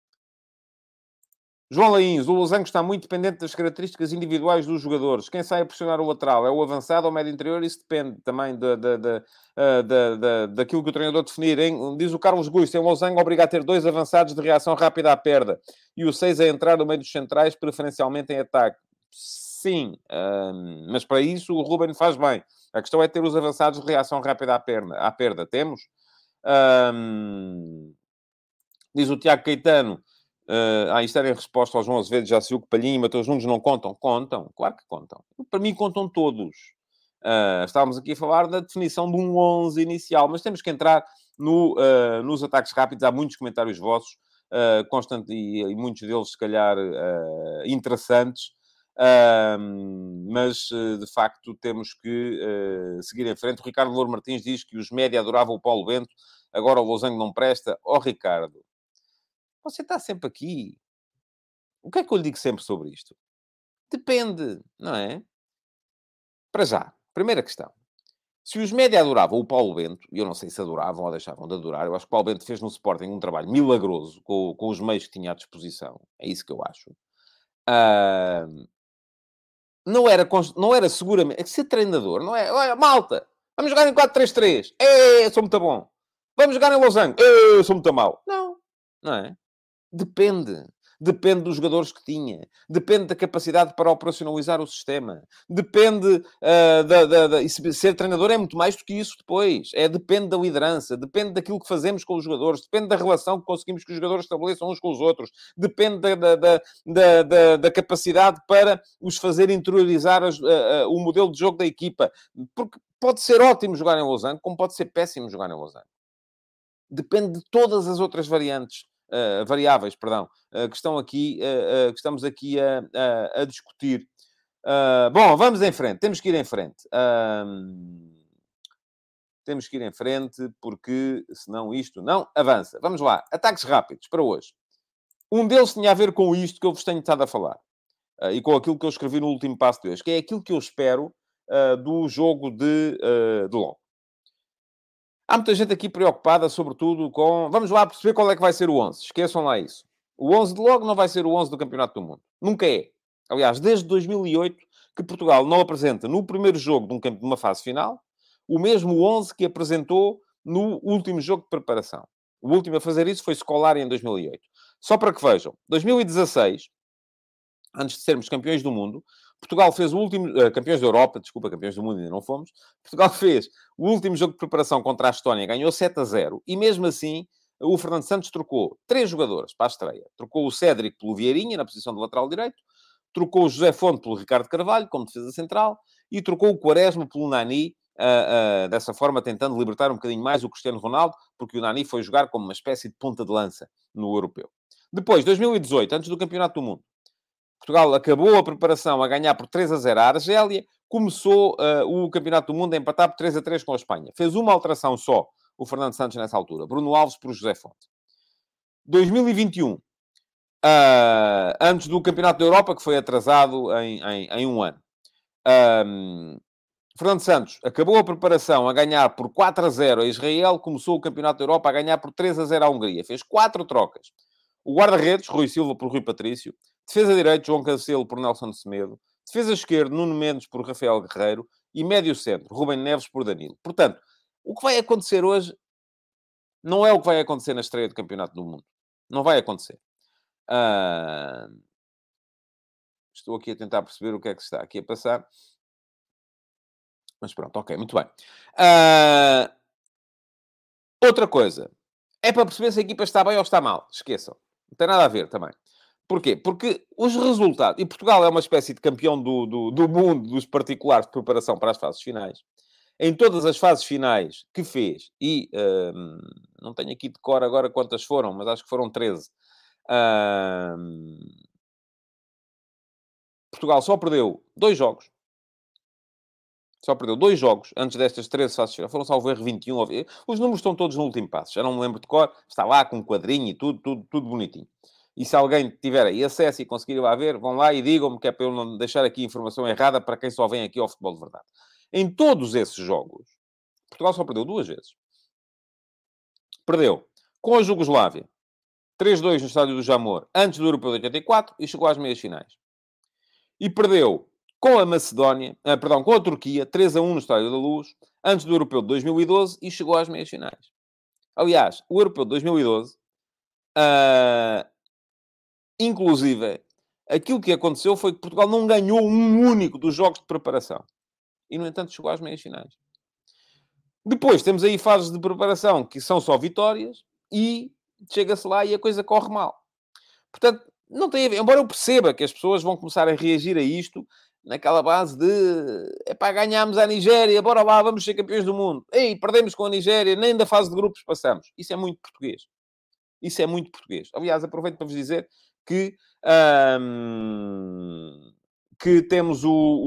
João Laínez, o Losango está muito dependente das características individuais dos jogadores. Quem sai a pressionar o lateral é o avançado ou o médio interior? Isso depende também daquilo que o treinador definir. Hein? Diz o Carlos Guiz, tem o Losango obriga a ter 2 avançados de reação rápida à perda e o 6 a entrar no meio dos centrais, preferencialmente em ataque. Sim, mas para isso o Ruben faz bem. A questão é ter os avançados de reação rápida à perda. Temos? Diz o Tiago Caetano, isto era em resposta ao João Azevedo, já se o que Palhinha e Mateus Nunes não contam. Contam, claro que contam. Para mim contam todos. Estávamos aqui a falar da definição de um 11 inicial, mas temos que entrar nos ataques rápidos. Há muitos comentários vossos, constantes e muitos deles, se calhar, interessantes. Mas, de facto, temos que seguir em frente. O Ricardo Louro Martins diz que os média adoravam o Paulo Bento, agora o Losango não presta. Ricardo, você está sempre aqui. O que é que eu lhe digo sempre sobre isto? Depende, não é? Para já, primeira questão. Se os média adoravam o Paulo Bento, e eu não sei se adoravam ou deixavam de adorar, eu acho que o Paulo Bento fez no Sporting um trabalho milagroso com os meios que tinha à disposição. É isso que eu acho. Ah, não era seguramente... É que ser treinador, não é? Olha, malta, vamos jogar em 4-3-3. Sou muito bom. Vamos jogar em Losango. Sou muito mau. Não, não é? Depende. Depende dos jogadores que tinha. Depende da capacidade para operacionalizar o sistema. Depende E ser treinador é muito mais do que isso depois. Depende da liderança. Depende daquilo que fazemos com os jogadores. Depende da relação que conseguimos que os jogadores estabeleçam uns com os outros. Depende da capacidade para os fazer interiorizar o modelo de jogo da equipa. Porque pode ser ótimo jogar em Losango, como pode ser péssimo jogar em Losango. Depende de todas as outras variáveis, perdão, que que estamos aqui a discutir. Bom, vamos em frente. Temos que ir em frente. Temos que ir em frente, porque senão isto não avança. Vamos lá. Ataques rápidos para hoje. Um deles tinha a ver com isto que eu vos tenho estado a falar. E com aquilo que eu escrevi no último passo de hoje, que é aquilo que eu espero do jogo de logo. Há muita gente aqui preocupada, sobretudo, com... Vamos lá perceber qual é que vai ser o 11. Esqueçam lá isso. O 11 de logo não vai ser o 11 do Campeonato do Mundo. Nunca é. Aliás, desde 2008 que Portugal não apresenta no primeiro jogo de uma fase final o mesmo 11 que apresentou no último jogo de preparação. O último a fazer isso foi Scolari em 2008. Só para que vejam. 2016, antes de sermos campeões do mundo, Portugal fez o último... campeões da Europa, desculpa, campeões do mundo ainda não fomos. Portugal fez o último jogo de preparação contra a Estónia, ganhou 7-0. E mesmo assim, o Fernando Santos trocou 3 jogadores para a estreia. Trocou o Cédric pelo Vieirinha, na posição de lateral direito. Trocou o José Fonte pelo Ricardo Carvalho, como defesa central. E trocou o Quaresma pelo Nani, dessa forma tentando libertar um bocadinho mais o Cristiano Ronaldo, porque o Nani foi jogar como uma espécie de ponta de lança no europeu. Depois, 2018, antes do Campeonato do Mundo, Portugal acabou a preparação a ganhar por 3-0 à Argélia, começou o Campeonato do Mundo a empatar por 3-3 com a Espanha. Fez uma alteração só, o Fernando Santos, nessa altura. Bruno Alves por José Fonte. 2021, antes do Campeonato da Europa, que foi atrasado em um ano. Fernando Santos acabou a preparação a ganhar por 4-0 a Israel, começou o Campeonato da Europa a ganhar por 3-0 à Hungria. Fez 4 trocas. O guarda-redes, Rui Silva por Rui Patrício. Defesa direito, João Cancelo por Nelson Semedo. Defesa esquerdo, Nuno Mendes por Rafael Guerreiro. E médio centro, Rubem Neves por Danilo. Portanto, o que vai acontecer hoje não é o que vai acontecer na estreia do Campeonato do Mundo. Não vai acontecer. Estou aqui a tentar perceber o que é que se está aqui a passar. Mas pronto, ok, muito bem. Outra coisa. É para perceber se a equipa está bem ou está mal. Esqueçam. Não tem nada a ver também. Porquê? Porque os resultados... E Portugal é uma espécie de campeão do mundo dos particulares de preparação para as fases finais. Em todas as fases finais que fez, e não tenho aqui de cor agora quantas foram, mas acho que foram 13. Portugal só perdeu 2 jogos. Só perdeu 2 jogos antes destas 13 fases finais. Foram, salvo erro, 21. Os números estão todos no último passo. Já não me lembro de cor. Está lá com um quadrinho e tudo bonitinho. E se alguém tiver aí acesso e conseguir ir lá ver, vão lá e digam-me, que é para eu não deixar aqui informação errada para quem só vem aqui ao futebol de verdade. Em todos esses jogos, Portugal só perdeu 2 vezes. Perdeu com a Jugoslávia, 3-2 no Estádio do Jamor, antes do Europeu de 84, e chegou às meias finais. E perdeu com a Macedónia, com a Turquia, 3-1 no Estádio da Luz, antes do Europeu de 2012, e chegou às meias finais. Aliás, o Europeu de 2012, inclusive, aquilo que aconteceu foi que Portugal não ganhou um único dos jogos de preparação. E, no entanto, chegou às meias finais. Depois, temos aí fases de preparação que são só vitórias, e chega-se lá e a coisa corre mal. Portanto, não tem a ver. Embora eu perceba que as pessoas vão começar a reagir a isto naquela base de ganhámos a Nigéria, bora lá, vamos ser campeões do mundo. Ei, perdemos com a Nigéria, nem da fase de grupos passamos. Isso é muito português. Isso é muito português. Aliás, aproveito para vos dizer que temos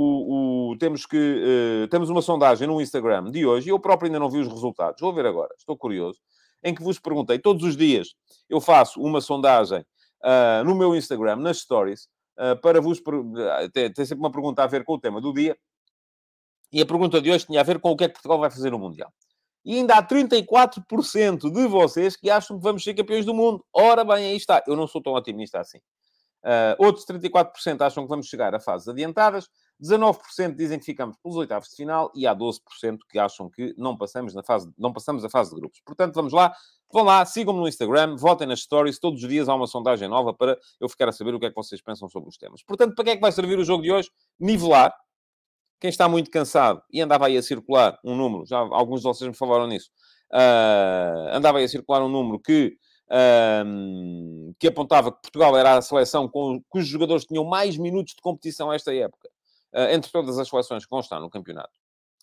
temos uma sondagem no Instagram de hoje, e eu próprio ainda não vi os resultados. Vou ver agora, estou curioso, em que vos perguntei, todos os dias eu faço uma sondagem no meu Instagram, nas stories, para vos... Tem sempre uma pergunta a ver com o tema do dia, e a pergunta de hoje tinha a ver com o que é que Portugal vai fazer no Mundial. E ainda há 34% de vocês que acham que vamos ser campeões do mundo. Ora bem, aí está. Eu não sou tão otimista assim. Outros 34% acham que vamos chegar a fases adiantadas, 19% dizem que ficamos pelos oitavos de final, e há 12% que acham que não passamos a fase de grupos. Portanto, vamos lá. Vão lá, sigam-me no Instagram, votem nas stories. Todos os dias há uma sondagem nova para eu ficar a saber o que é que vocês pensam sobre os temas. Portanto, para que é que vai servir o jogo de hoje? Nivelar. Quem está muito cansado, e andava aí a circular um número, já alguns de vocês me falaram nisso, andava aí a circular um número que apontava que Portugal era a seleção cujos jogadores tinham mais minutos de competição esta época, entre todas as seleções que vão estar no campeonato.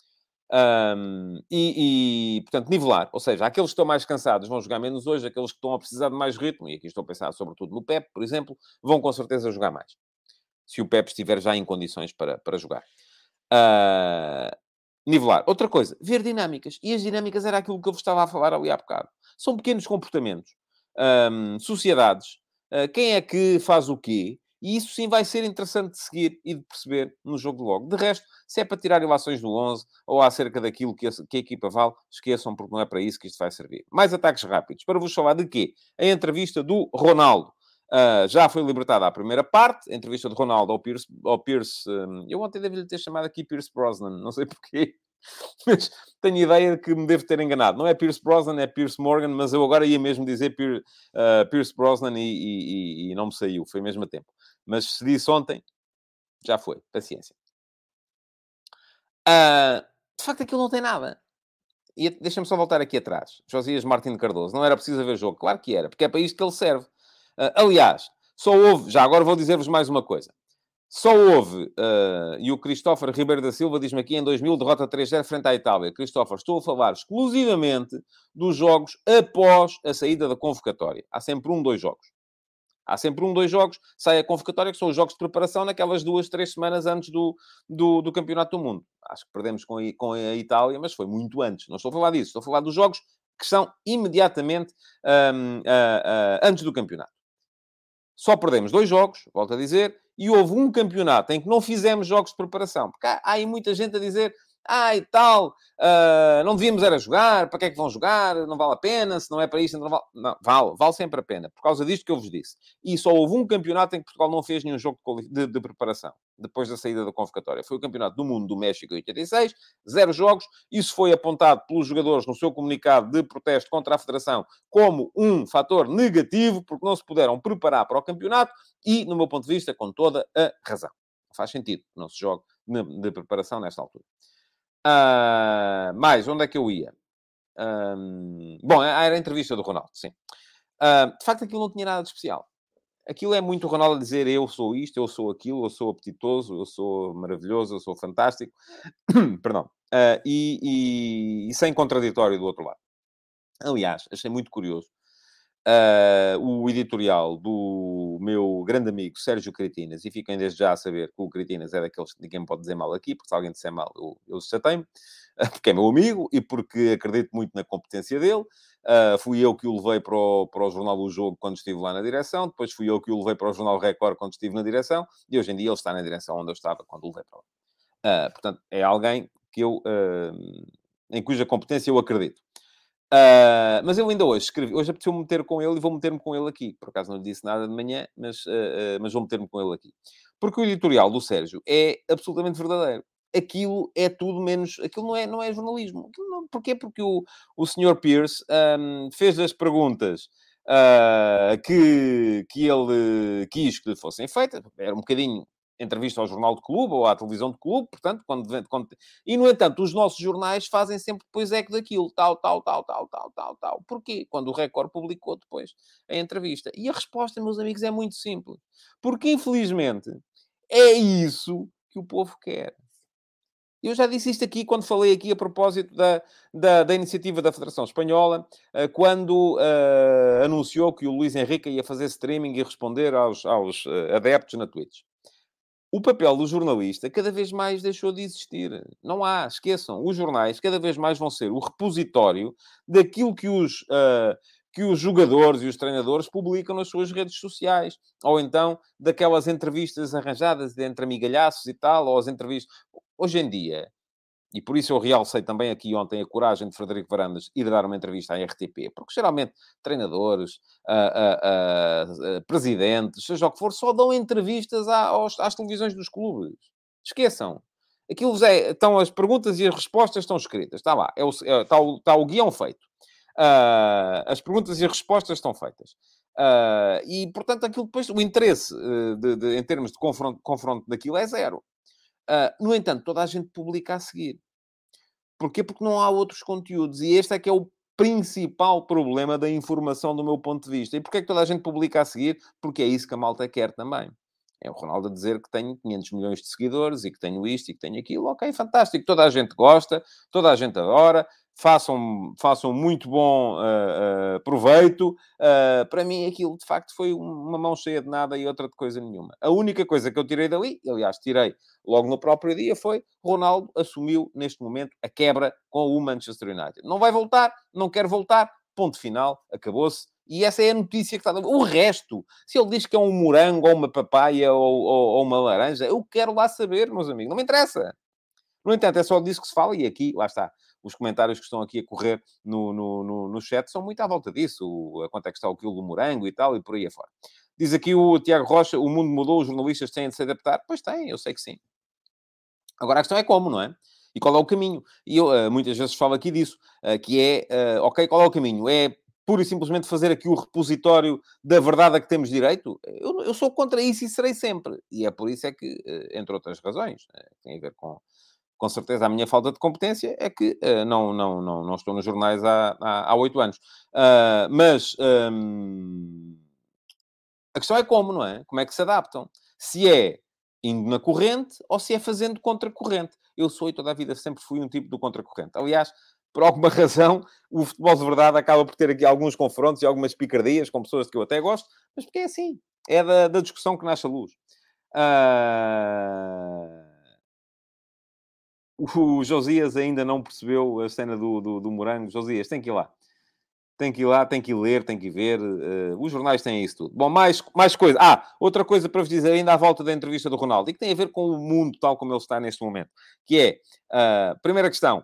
Portanto, nivelar. Ou seja, aqueles que estão mais cansados vão jogar menos hoje, aqueles que estão a precisar de mais ritmo, e aqui estou a pensar sobretudo no Pepe, por exemplo, vão com certeza jogar mais. Se o Pepe estiver já em condições para jogar. Nivelar. Outra coisa, ver dinâmicas. E as dinâmicas era aquilo que eu vos estava a falar ali há bocado. São pequenos comportamentos, sociedades, quem é que faz o quê, e isso sim vai ser interessante de seguir e de perceber no jogo de logo. De resto, se é para tirar ilações do 11 ou acerca daquilo que a equipa vale, esqueçam, porque não é para isso que isto vai servir. Mais ataques rápidos. Para vos falar de quê? A entrevista do Ronaldo. Já foi libertada a primeira parte, a entrevista de Ronaldo ao Pierce eu ontem devo-lhe ter chamado aqui Pierce Brosnan, não sei porquê, mas tenho ideia de que me devo ter enganado. Não é Pierce Brosnan, é Pierce Morgan, mas eu agora ia mesmo dizer Pierce Brosnan e não me saiu, foi mesmo a tempo. Mas se disse ontem, já foi, paciência. De facto, aquilo não tem nada. E deixa-me só voltar aqui atrás. Josias Martins Cardoso, não era preciso haver jogo? Claro que era, porque é para isto que ele serve. Aliás, só houve... Já agora vou dizer-vos mais uma coisa. Só houve... e o Christopher Ribeiro da Silva diz-me aqui, em 2000, derrota 3-0 frente à Itália. Christopher, estou a falar exclusivamente dos jogos após a saída da convocatória. Há sempre 2 jogos. Há sempre 2 jogos, sai a convocatória, que são os jogos de preparação naquelas 2, 3 semanas antes do Campeonato do Mundo. Acho que perdemos com a Itália, mas foi muito antes. Não estou a falar disso. Estou a falar dos jogos que são imediatamente antes do campeonato. Só perdemos 2 jogos, volto a dizer, e houve um campeonato em que não fizemos jogos de preparação. Porque há aí muita gente a dizer E tal, não devíamos era jogar, para que é que vão jogar? Não vale a pena, se não é para isto, não vale. Não, vale sempre a pena, por causa disto que eu vos disse. E só houve um campeonato em que Portugal não fez nenhum jogo de preparação, depois da saída da convocatória. Foi o Campeonato do Mundo do México em 86, 0 jogos. Isso foi apontado pelos jogadores no seu comunicado de protesto contra a Federação como um fator negativo, porque não se puderam preparar para o campeonato e, no meu ponto de vista, com toda a razão. Não faz sentido que não se jogue de preparação nesta altura. Mais, onde é que eu ia? Bom, era a entrevista do Ronaldo, sim. De facto, aquilo não tinha nada de especial. Aquilo é muito o Ronaldo a dizer eu sou isto, eu sou aquilo, eu sou apetitoso, eu sou maravilhoso, eu sou fantástico. Perdão. E sem contraditório do outro lado. Aliás, achei muito curioso o editorial do meu grande amigo Sérgio Cretinas, e fiquem desde já a saber que o Cretinas é daqueles que ninguém pode dizer mal aqui, porque se alguém disser mal, eu chatei-me, porque é meu amigo e porque acredito muito na competência dele. Fui eu que o levei para o Jornal do Jogo quando estive lá na direção, depois fui eu que o levei para o Jornal Record quando estive na direção, e hoje em dia ele está na direção onde eu estava quando o levei para lá. Portanto, é alguém que em cuja competência eu acredito. Mas eu ainda hoje escrevi, hoje apeteceu-me meter com ele e vou meter-me com ele aqui. Por acaso não lhe disse nada de manhã, mas vou meter-me com ele aqui. Porque o editorial do Sérgio é absolutamente verdadeiro. Aquilo é tudo menos... Aquilo não é jornalismo. Porquê? Porque o Sr. Pierce fez as perguntas que ele quis que lhe fossem feitas. Era um bocadinho entrevista ao jornal de clube ou à televisão de clube, portanto, e, no entanto, os nossos jornais fazem sempre depois eco daquilo, tal. Porquê? Quando o Record publicou depois a entrevista. E a resposta, meus amigos, é muito simples. Porque, infelizmente, é isso que o povo quer. Eu já disse isto aqui quando falei aqui a propósito da iniciativa da Federação Espanhola, quando anunciou que o Luís Henrique ia fazer streaming e responder aos adeptos na Twitch. O papel do jornalista cada vez mais deixou de existir. Não há, esqueçam. Os jornais cada vez mais vão ser o repositório daquilo que os jogadores e os treinadores publicam nas suas redes sociais. Ou então daquelas entrevistas arranjadas entre amigalhaços e tal, ou as entrevistas... Hoje em dia, e por isso eu realcei também aqui ontem a coragem de Frederico Varandas ir dar uma entrevista à RTP, porque geralmente treinadores, presidentes, seja o que for, só dão entrevistas às televisões dos clubes. Esqueçam. Aquilo estão as perguntas e as respostas estão escritas. Está lá. Está o guião feito. As perguntas e as respostas estão feitas. E, portanto, aquilo depois, o interesse em termos de confronto daquilo é zero. No entanto, toda a gente publica a seguir. Porquê? Porque não há outros conteúdos. E este é que é o principal problema da informação do meu ponto de vista. E porquê é que toda a gente publica a seguir? Porque é isso que a malta quer também. É o Ronaldo a dizer que tenho 500 milhões de seguidores e que tenho isto e que tenho aquilo. Ok, fantástico. Toda a gente gosta, toda a gente adora. Façam muito bom proveito. Para mim, aquilo, de facto, foi uma mão cheia de nada e outra de coisa nenhuma. A única coisa que eu tirei dali, aliás, tirei logo no próprio dia, foi Ronaldo assumiu, neste momento, a quebra com o Manchester United. Não vai voltar, não quer voltar, ponto final, acabou-se. E essa é a notícia que está... O resto, se ele diz que é um morango, ou uma papaya, ou uma laranja, eu quero lá saber, meus amigos. Não me interessa. No entanto, é só disso que se fala, e aqui, lá está, os comentários que estão aqui a correr no chat são muito à volta disso. A quanto é que está o quilo do morango e tal, e por aí afora. Diz aqui o Tiago Rocha, o mundo mudou, os jornalistas têm de se adaptar. Pois têm, eu sei que sim. Agora a questão é como, não é? E qual é o caminho? E eu muitas vezes falo aqui disso, que é, ok, qual é o caminho? É pura e simplesmente fazer aqui o repositório da verdade a que temos direito? Eu sou contra isso e serei sempre. E é por isso é que, entre outras razões, tem a ver com certeza a minha falta de competência, é que não estou nos jornais há 8 anos. Mas a questão é como, não é? Como é que se adaptam? Se é indo na corrente ou se é fazendo contra-corrente. Eu sou e toda a vida sempre fui um tipo do contra-corrente. Aliás, por alguma razão, o futebol de verdade acaba por ter aqui alguns confrontos e algumas picardias com pessoas que eu até gosto, mas porque é assim. É da discussão que nasce a luz. O Josias ainda não percebeu a cena do morango. Josias, tem que ir lá. Tem que ir lá, tem que ir ler, tem que ir ver. Os jornais têm isso tudo. Bom, mais coisa. Outra coisa para vos dizer, ainda à volta da entrevista do Ronaldo, e que tem a ver com o mundo tal como ele está neste momento, que é, primeira questão,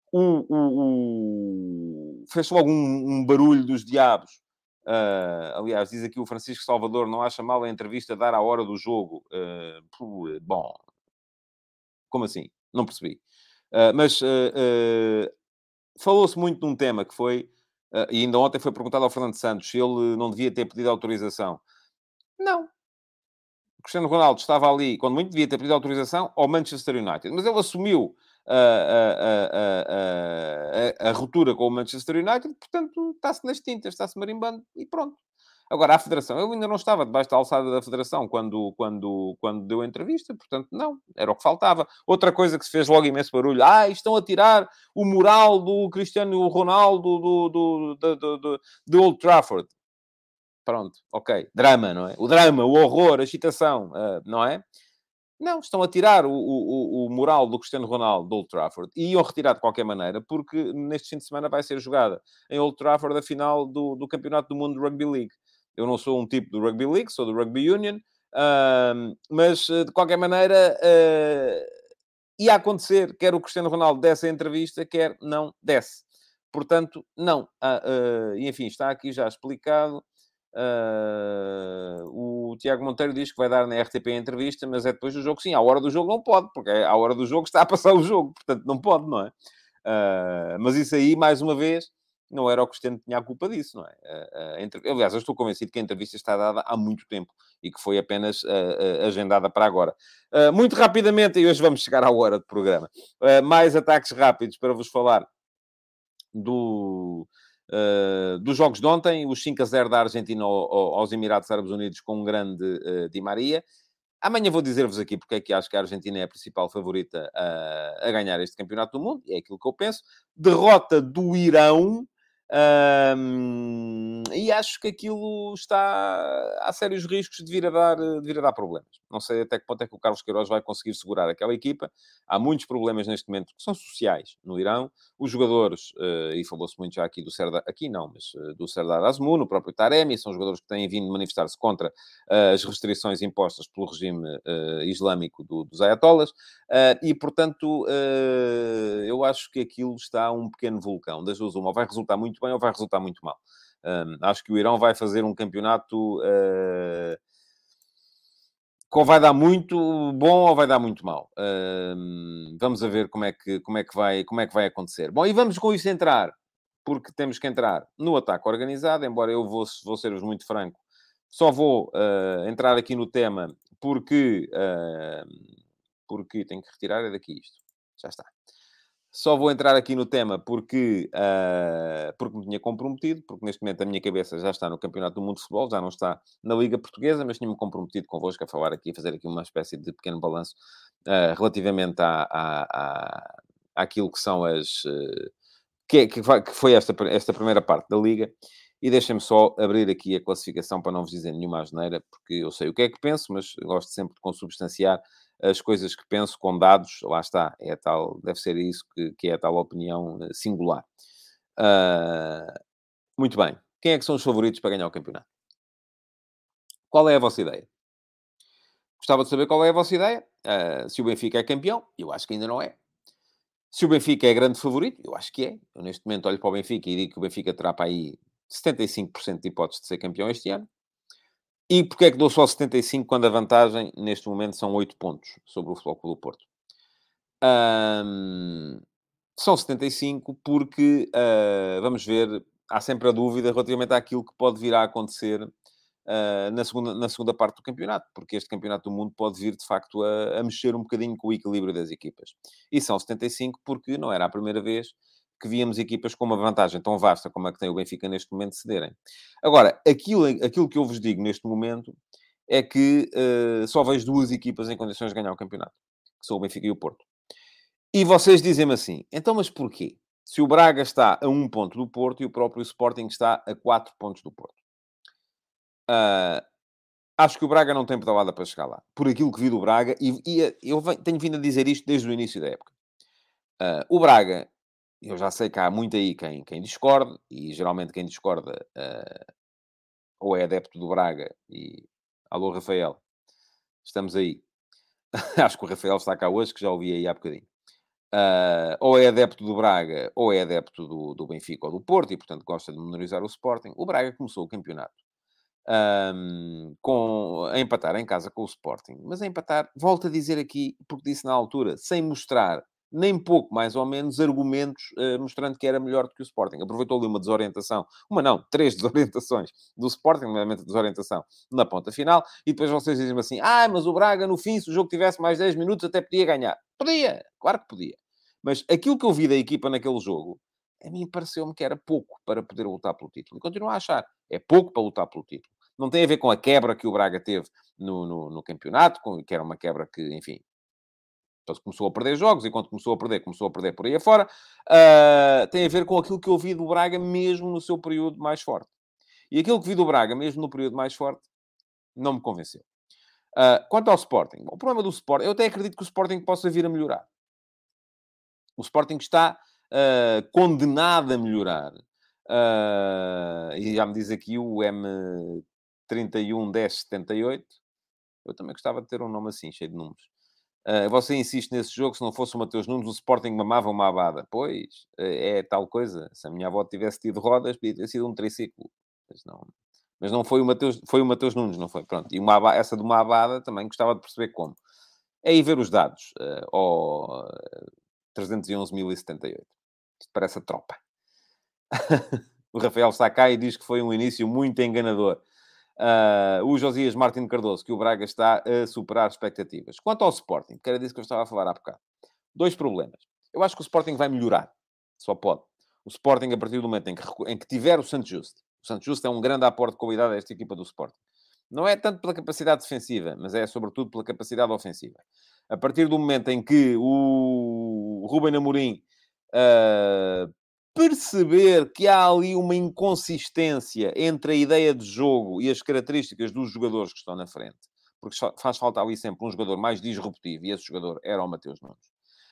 fez logo um barulho dos diabos. Aliás, diz aqui o Francisco Salvador, não acha mal a entrevista dar à hora do jogo. Bom, como assim? Não percebi. Mas falou-se muito de um tema que foi, e ainda ontem foi perguntado ao Fernando Santos se ele não devia ter pedido autorização. Não. O Cristiano Ronaldo estava ali, quando muito devia ter pedido autorização, ao Manchester United. Mas ele assumiu a ruptura com o Manchester United, portanto, está-se nas tintas, está-se marimbando e pronto. Agora, a Federação, eu ainda não estava debaixo da alçada da Federação quando deu a entrevista, portanto, não, era o que faltava. Outra coisa que se fez logo imenso barulho, estão a tirar o mural do Cristiano Ronaldo de Old Trafford. Pronto, ok. Drama, não é? O drama, o horror, a excitação, não é? Não, estão a tirar o mural do Cristiano Ronaldo do Old Trafford e iam retirar de qualquer maneira, porque neste fim de semana vai ser jogada em Old Trafford a final do Campeonato do Mundo de Rugby League. Eu não sou um tipo do Rugby League, sou do Rugby Union, mas de qualquer maneira ia acontecer, quer o Cristiano Ronaldo desse a entrevista, quer não desse. Portanto, não. E enfim, está aqui já explicado. O Tiago Monteiro diz que vai dar na RTP a entrevista, mas é depois do jogo. Sim, à hora do jogo não pode, porque à hora do jogo está a passar o jogo, portanto não pode, não é? Mas isso aí, mais uma vez, não era o Cristiano que tinha a culpa disso, não é? Aliás, eu estou convencido que a entrevista está dada há muito tempo e que foi apenas agendada para agora. Muito rapidamente, e hoje vamos chegar à hora de programa, mais ataques rápidos para vos falar dos jogos de ontem, os 5-0 da Argentina aos Emirados Árabes Unidos com um grande Di Maria. Amanhã vou dizer-vos aqui porque é que acho que a Argentina é a principal favorita a ganhar este Campeonato do Mundo, e é aquilo que eu penso. Derrota do Irão, e acho que aquilo está a sérios riscos de vir a dar problemas. Não sei até que ponto é que o Carlos Queiroz vai conseguir segurar aquela equipa. Há muitos problemas neste momento que são sociais no Irão. Os jogadores, e falou-se muito já aqui do Serdar, aqui não, mas do Serdar Azmoun, o próprio Taremi, são jogadores que têm vindo manifestar-se contra as restrições impostas pelo regime islâmico dos Ayatollahs, e, portanto, eu acho que aquilo está um pequeno vulcão. Das duas, uma, ou vai resultar muito bem ou vai resultar muito mal. Acho que o Irão vai fazer um campeonato que ou vai dar muito bom ou vai dar muito mal. Vamos a ver como é que vai acontecer. Bom, e vamos com isso entrar, porque temos que entrar no ataque organizado, embora eu vou ser-vos muito franco, só vou entrar aqui no tema porque tenho que retirar é daqui isto. Já está. Só vou entrar aqui no tema porque me tinha comprometido, porque neste momento a minha cabeça já está no Campeonato do Mundo de Futebol, já não está na Liga Portuguesa, mas tinha-me comprometido convosco a falar aqui, a fazer aqui uma espécie de pequeno balanço relativamente àquilo que são que foi esta primeira parte da Liga. E deixem-me só abrir aqui a classificação para não vos dizer nenhuma asneira, porque eu sei o que é que penso, mas gosto sempre de consubstanciar as coisas que penso com dados. Lá está, é tal, deve ser isso que é a tal opinião singular. Muito bem. Quem é que são os favoritos para ganhar o campeonato? Qual é a vossa ideia? Gostava de saber qual é a vossa ideia. Se o Benfica é campeão, eu acho que ainda não é. Se o Benfica é grande favorito, eu acho que é. Eu neste momento olho para o Benfica e digo que o Benfica terá para aí 75% de hipóteses de ser campeão este ano. E porquê é que dou só 75% quando a vantagem, neste momento, são 8 pontos sobre o Futebol Clube do Porto? São 75 porque, vamos ver, há sempre a dúvida relativamente àquilo que pode vir a acontecer na segunda parte do campeonato, porque este campeonato do mundo pode vir, de facto, a mexer um bocadinho com o equilíbrio das equipas. E são 75 porque não era a primeira vez que víamos equipas com uma vantagem tão vasta como a que tem o Benfica neste momento cederem. Agora, aquilo que eu vos digo neste momento é que só vejo duas equipas em condições de ganhar o campeonato, que são o Benfica e o Porto. E vocês dizem-me assim, então mas porquê? Se o Braga está a 1 ponto do Porto e o próprio Sporting está a 4 pontos do Porto. Acho que o Braga não tem pedalada para chegar lá. Por aquilo que vi do Braga, e eu tenho vindo a dizer isto desde o início da época. O Braga eu já sei que há muito aí quem discorde, e geralmente quem discorda ou é adepto do Braga e... Alô, Rafael, estamos aí. Acho que o Rafael está cá hoje, que já ouvi aí há bocadinho. Ou é adepto do Braga, ou é adepto do Benfica ou do Porto, e portanto gosta de menorizar o Sporting. O Braga começou o campeonato a empatar em casa com o Sporting. Mas a empatar, volto a dizer aqui, porque disse na altura, sem mostrar nem pouco, mais ou menos, argumentos mostrando que era melhor do que o Sporting. Aproveitou ali uma desorientação, uma não, três desorientações do Sporting, nomeadamente a desorientação na ponta final, e depois vocês dizem assim, mas o Braga, no fim, se o jogo tivesse mais 10 minutos, até podia ganhar. Podia, claro que podia. Mas aquilo que eu vi da equipa naquele jogo, a mim pareceu-me que era pouco para poder lutar pelo título. E continuo a achar, é pouco para lutar pelo título. Não tem a ver com a quebra que o Braga teve no campeonato, que era uma quebra que, enfim, então começou a perder jogos, e quando começou a perder por aí afora. Tem a ver com aquilo que eu vi do Braga mesmo no seu período mais forte. E aquilo que vi do Braga mesmo no período mais forte não me convenceu. Quanto ao Sporting, o problema do Sporting, eu até acredito que o Sporting possa vir a melhorar. O Sporting está condenado a melhorar. E já me diz aqui o M311078. Eu também gostava de ter um nome assim, cheio de números. Você insiste nesse jogo, se não fosse o Mateus Nunes, o Sporting mamava uma abada. Pois, é tal coisa. Se a minha avó tivesse tido rodas, podia ter sido um triciclo. Mas não foi o Mateus Nunes, não foi? Pronto. E essa de uma abada também gostava de perceber como. É ir ver os dados. 311.078. Isto parece a tropa. O Rafael está cá e diz que foi um início muito enganador. O Josias Martins Cardoso, que o Braga está a superar expectativas. Quanto ao Sporting, que era disso que eu estava a falar há bocado. 2 problemas. Eu acho que o Sporting vai melhorar. Só pode. O Sporting, a partir do momento em que tiver o Santos Justo. O Santos Justo é um grande aporte de qualidade a esta equipa do Sporting. Não é tanto pela capacidade defensiva, mas é sobretudo pela capacidade ofensiva. A partir do momento em que o Ruben Amorim perceber que há ali uma inconsistência entre a ideia de jogo e as características dos jogadores que estão na frente, porque faz falta ali sempre um jogador mais disruptivo, e esse jogador era o Mateus Nunes.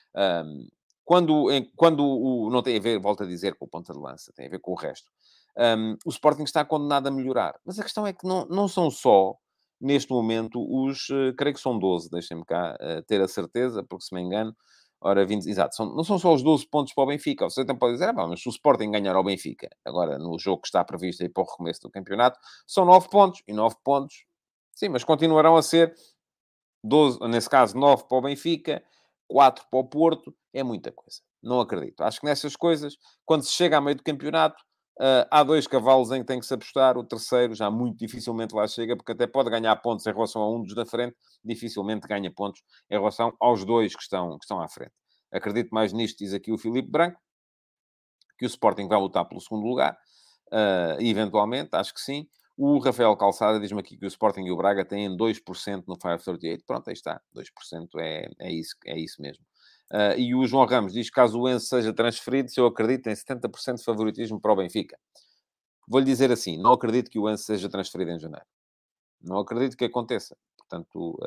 Não tem a ver, volto a dizer, com o ponta de lança, tem a ver com o resto. O Sporting está condenado a melhorar. Mas a questão é que não são só, neste momento, creio que são 12, deixem-me cá ter a certeza, porque se me engano, ora, 20, exato, não são só os 12 pontos para o Benfica. Você também pode dizer, mas se o Sporting ganhar ao Benfica, agora no jogo que está previsto aí para o recomeço do campeonato, são 9 pontos. E 9 pontos, sim, mas continuarão a ser 12, nesse caso 9 para o Benfica, 4 para o Porto, é muita coisa. Não acredito. Acho que nessas coisas, quando se chega a meio do campeonato, há 2 cavalos em que tem que se apostar, o terceiro já muito dificilmente lá chega, porque até pode ganhar pontos em relação a um dos da frente, dificilmente ganha pontos em relação aos 2 que estão à frente. Acredito mais nisto, diz aqui o Filipe Branco, que o Sporting vai lutar pelo segundo lugar, eventualmente, acho que sim. O Rafael Calçada diz-me aqui que o Sporting e o Braga têm 2% no 538. Pronto, aí está. 2% é isso mesmo. E o João Ramos diz que caso o Enzo seja transferido, se eu acredito, tem 70% de favoritismo para o Benfica. Vou-lhe dizer assim, não acredito que o Enzo seja transferido em janeiro. Não acredito que aconteça. Portanto,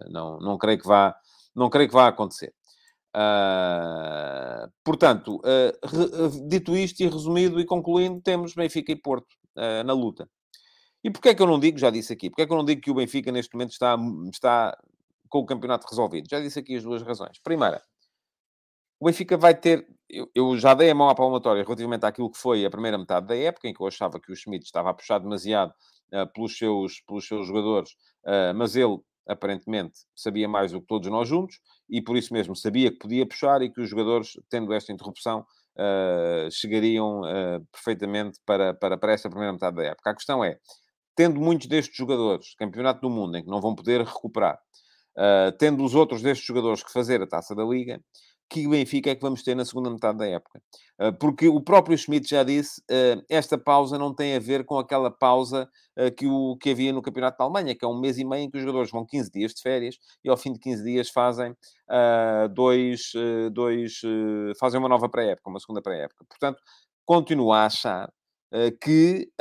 não creio que vá acontecer. Portanto, dito isto e resumido e concluindo, temos Benfica e Porto na luta. E porquê é que eu não digo, já disse aqui, porquê é que eu não digo que o Benfica neste momento está com o campeonato resolvido? Já disse aqui as 2 razões. Primeira, o Benfica vai ter... Eu já dei a mão à palmatória relativamente àquilo que foi a primeira metade da época, em que eu achava que o Schmidt estava a puxar demasiado pelos seus jogadores, mas ele, aparentemente, sabia mais do que todos nós juntos, e por isso mesmo sabia que podia puxar, e que os jogadores, tendo esta interrupção, chegariam perfeitamente para esta primeira metade da época. A questão é, tendo muitos destes jogadores, campeonato do mundo, em que não vão poder recuperar, tendo os outros destes jogadores que fazer a Taça da Liga, que Benfica é que vamos ter na segunda metade da época? Porque o próprio Schmidt já disse, esta pausa não tem a ver com aquela pausa que havia no Campeonato da Alemanha, que é 1 mês e meio em que os jogadores vão 15 dias de férias e ao fim de 15 dias fazem fazem uma nova pré-época, uma segunda pré-época. Portanto, continuo a achar que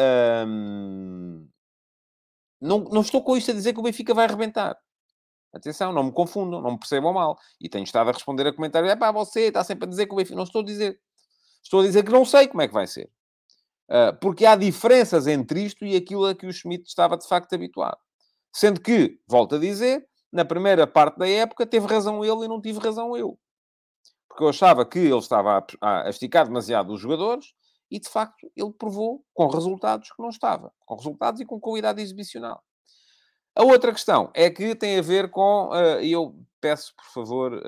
não estou com isto a dizer que o Benfica vai arrebentar. Atenção, não me confundam, não me percebam mal. E tenho estado a responder a comentários. Você está sempre a dizer que o Benfica... Não estou a dizer. Estou a dizer que não sei como é que vai ser. Porque há diferenças entre isto e aquilo a que o Schmidt estava, de facto, habituado. Sendo que, volto a dizer, na primeira parte da época, teve razão ele e não tive razão eu. Porque eu achava que ele estava a esticar demasiado os jogadores e, de facto, ele provou com resultados que não estava. Com resultados e com qualidade exibicional. A outra questão é que tem a ver com... E eu peço, por favor...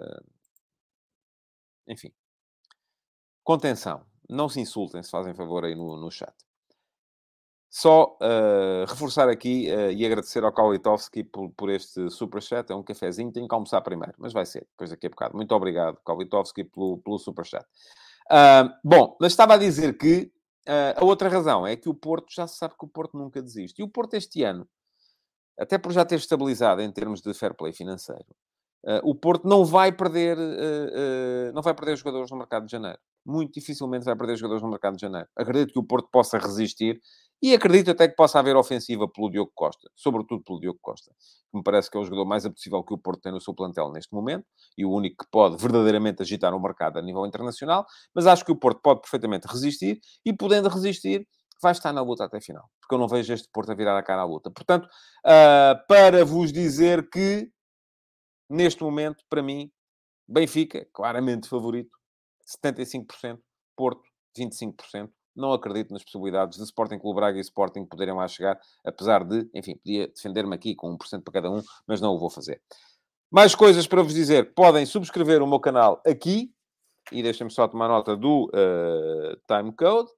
enfim. Contenção. Não se insultem, se fazem favor, aí no chat. Só reforçar aqui e agradecer ao Kaulitovski por este superchat. É um cafezinho, tenho que almoçar primeiro, mas vai ser, depois daqui a bocado. Muito obrigado, Kaulitovski, pelo superchat. Bom, mas estava a dizer que a outra razão é que o Porto, já se sabe que o Porto nunca desiste. E o Porto este ano, até por já ter estabilizado em termos de fair play financeiro, o Porto não vai perder jogadores no mercado de janeiro. Muito dificilmente vai perder jogadores no mercado de janeiro. Acredito que o Porto possa resistir e acredito até que possa haver ofensiva pelo Diogo Costa. Sobretudo pelo Diogo Costa, que me parece que é o jogador mais apetecível que o Porto tem no seu plantel neste momento e o único que pode verdadeiramente agitar o mercado a nível internacional. Mas acho que o Porto pode perfeitamente resistir e, podendo resistir, vai estar na luta até a final. Porque eu não vejo este Porto a virar a cara à luta. Portanto, para vos dizer que, neste momento, para mim, Benfica, claramente favorito, 75%, Porto, 25%. Não acredito nas possibilidades de Sporting Clube Braga e Sporting poderem lá chegar, apesar de, enfim, podia defender-me aqui com 1% para cada um, mas não o vou fazer. Mais coisas para vos dizer. Podem subscrever o meu canal aqui, e deixem-me só tomar nota do timecode.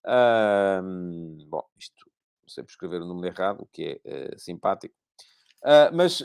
Bom, isto, não sei por escrever o número errado, o que é simpático. Mas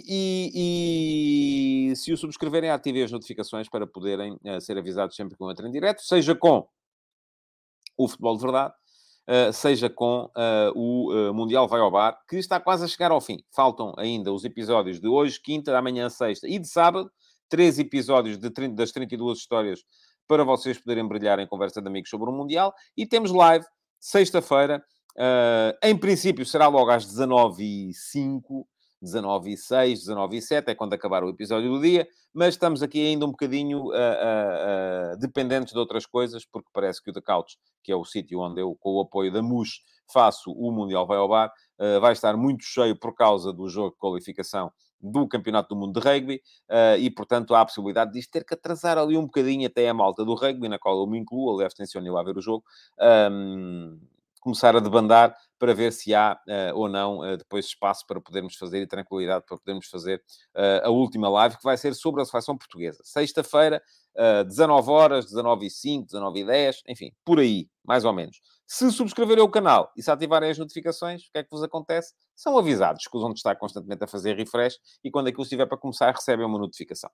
se o subscreverem, ativem as notificações para poderem ser avisados sempre que eu entro em direto, seja com o Futebol de Verdade, seja com o Mundial Vai ao Bar, que está quase a chegar ao fim. Faltam ainda os episódios de hoje, quinta, amanhã, sexta e de sábado. 3 episódios das 32 histórias para vocês poderem brilhar em conversa de amigos sobre o Mundial. E temos live, sexta-feira. Em princípio, será logo às 19h05, 19h06, 19h07, é quando acabar o episódio do dia, mas estamos aqui ainda um bocadinho dependentes de outras coisas, porque parece que o The Couch, que é o sítio onde eu, com o apoio da MUS, faço o Mundial Vai ao Bar, vai estar muito cheio por causa do jogo de qualificação do Campeonato do Mundo de Rugby, e, portanto, há a possibilidade disto ter que atrasar ali um bocadinho até a malta do rugby, na qual eu me incluo, aliás, tenciono ir lá ver o jogo, começar a debandar para ver se há ou não depois espaço para podermos fazer e tranquilidade para podermos fazer a última live, que vai ser sobre a seleção portuguesa. Sexta-feira, 19 horas, 19h05, 19h10, enfim, por aí, mais ou menos. Se subscreverem o canal e se ativarem as notificações, o que é que vos acontece? São avisados, escusam de estar constantemente a fazer refresh e quando aquilo estiver para começar, recebem uma notificação.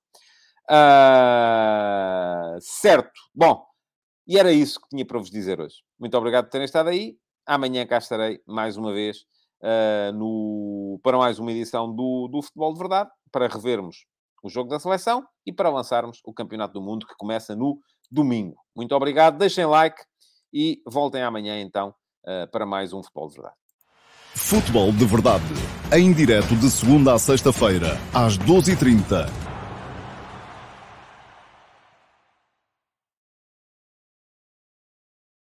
Certo. Bom, e era isso que tinha para vos dizer hoje. Muito obrigado por terem estado aí. Amanhã cá estarei, mais uma vez, para mais uma edição do Futebol de Verdade, para revermos o jogo da seleção e para lançarmos o Campeonato do Mundo, que começa no domingo. Muito obrigado, deixem like e voltem amanhã, então, para mais um Futebol de Verdade. Futebol de Verdade, em direto de segunda a sexta-feira, às 12h30.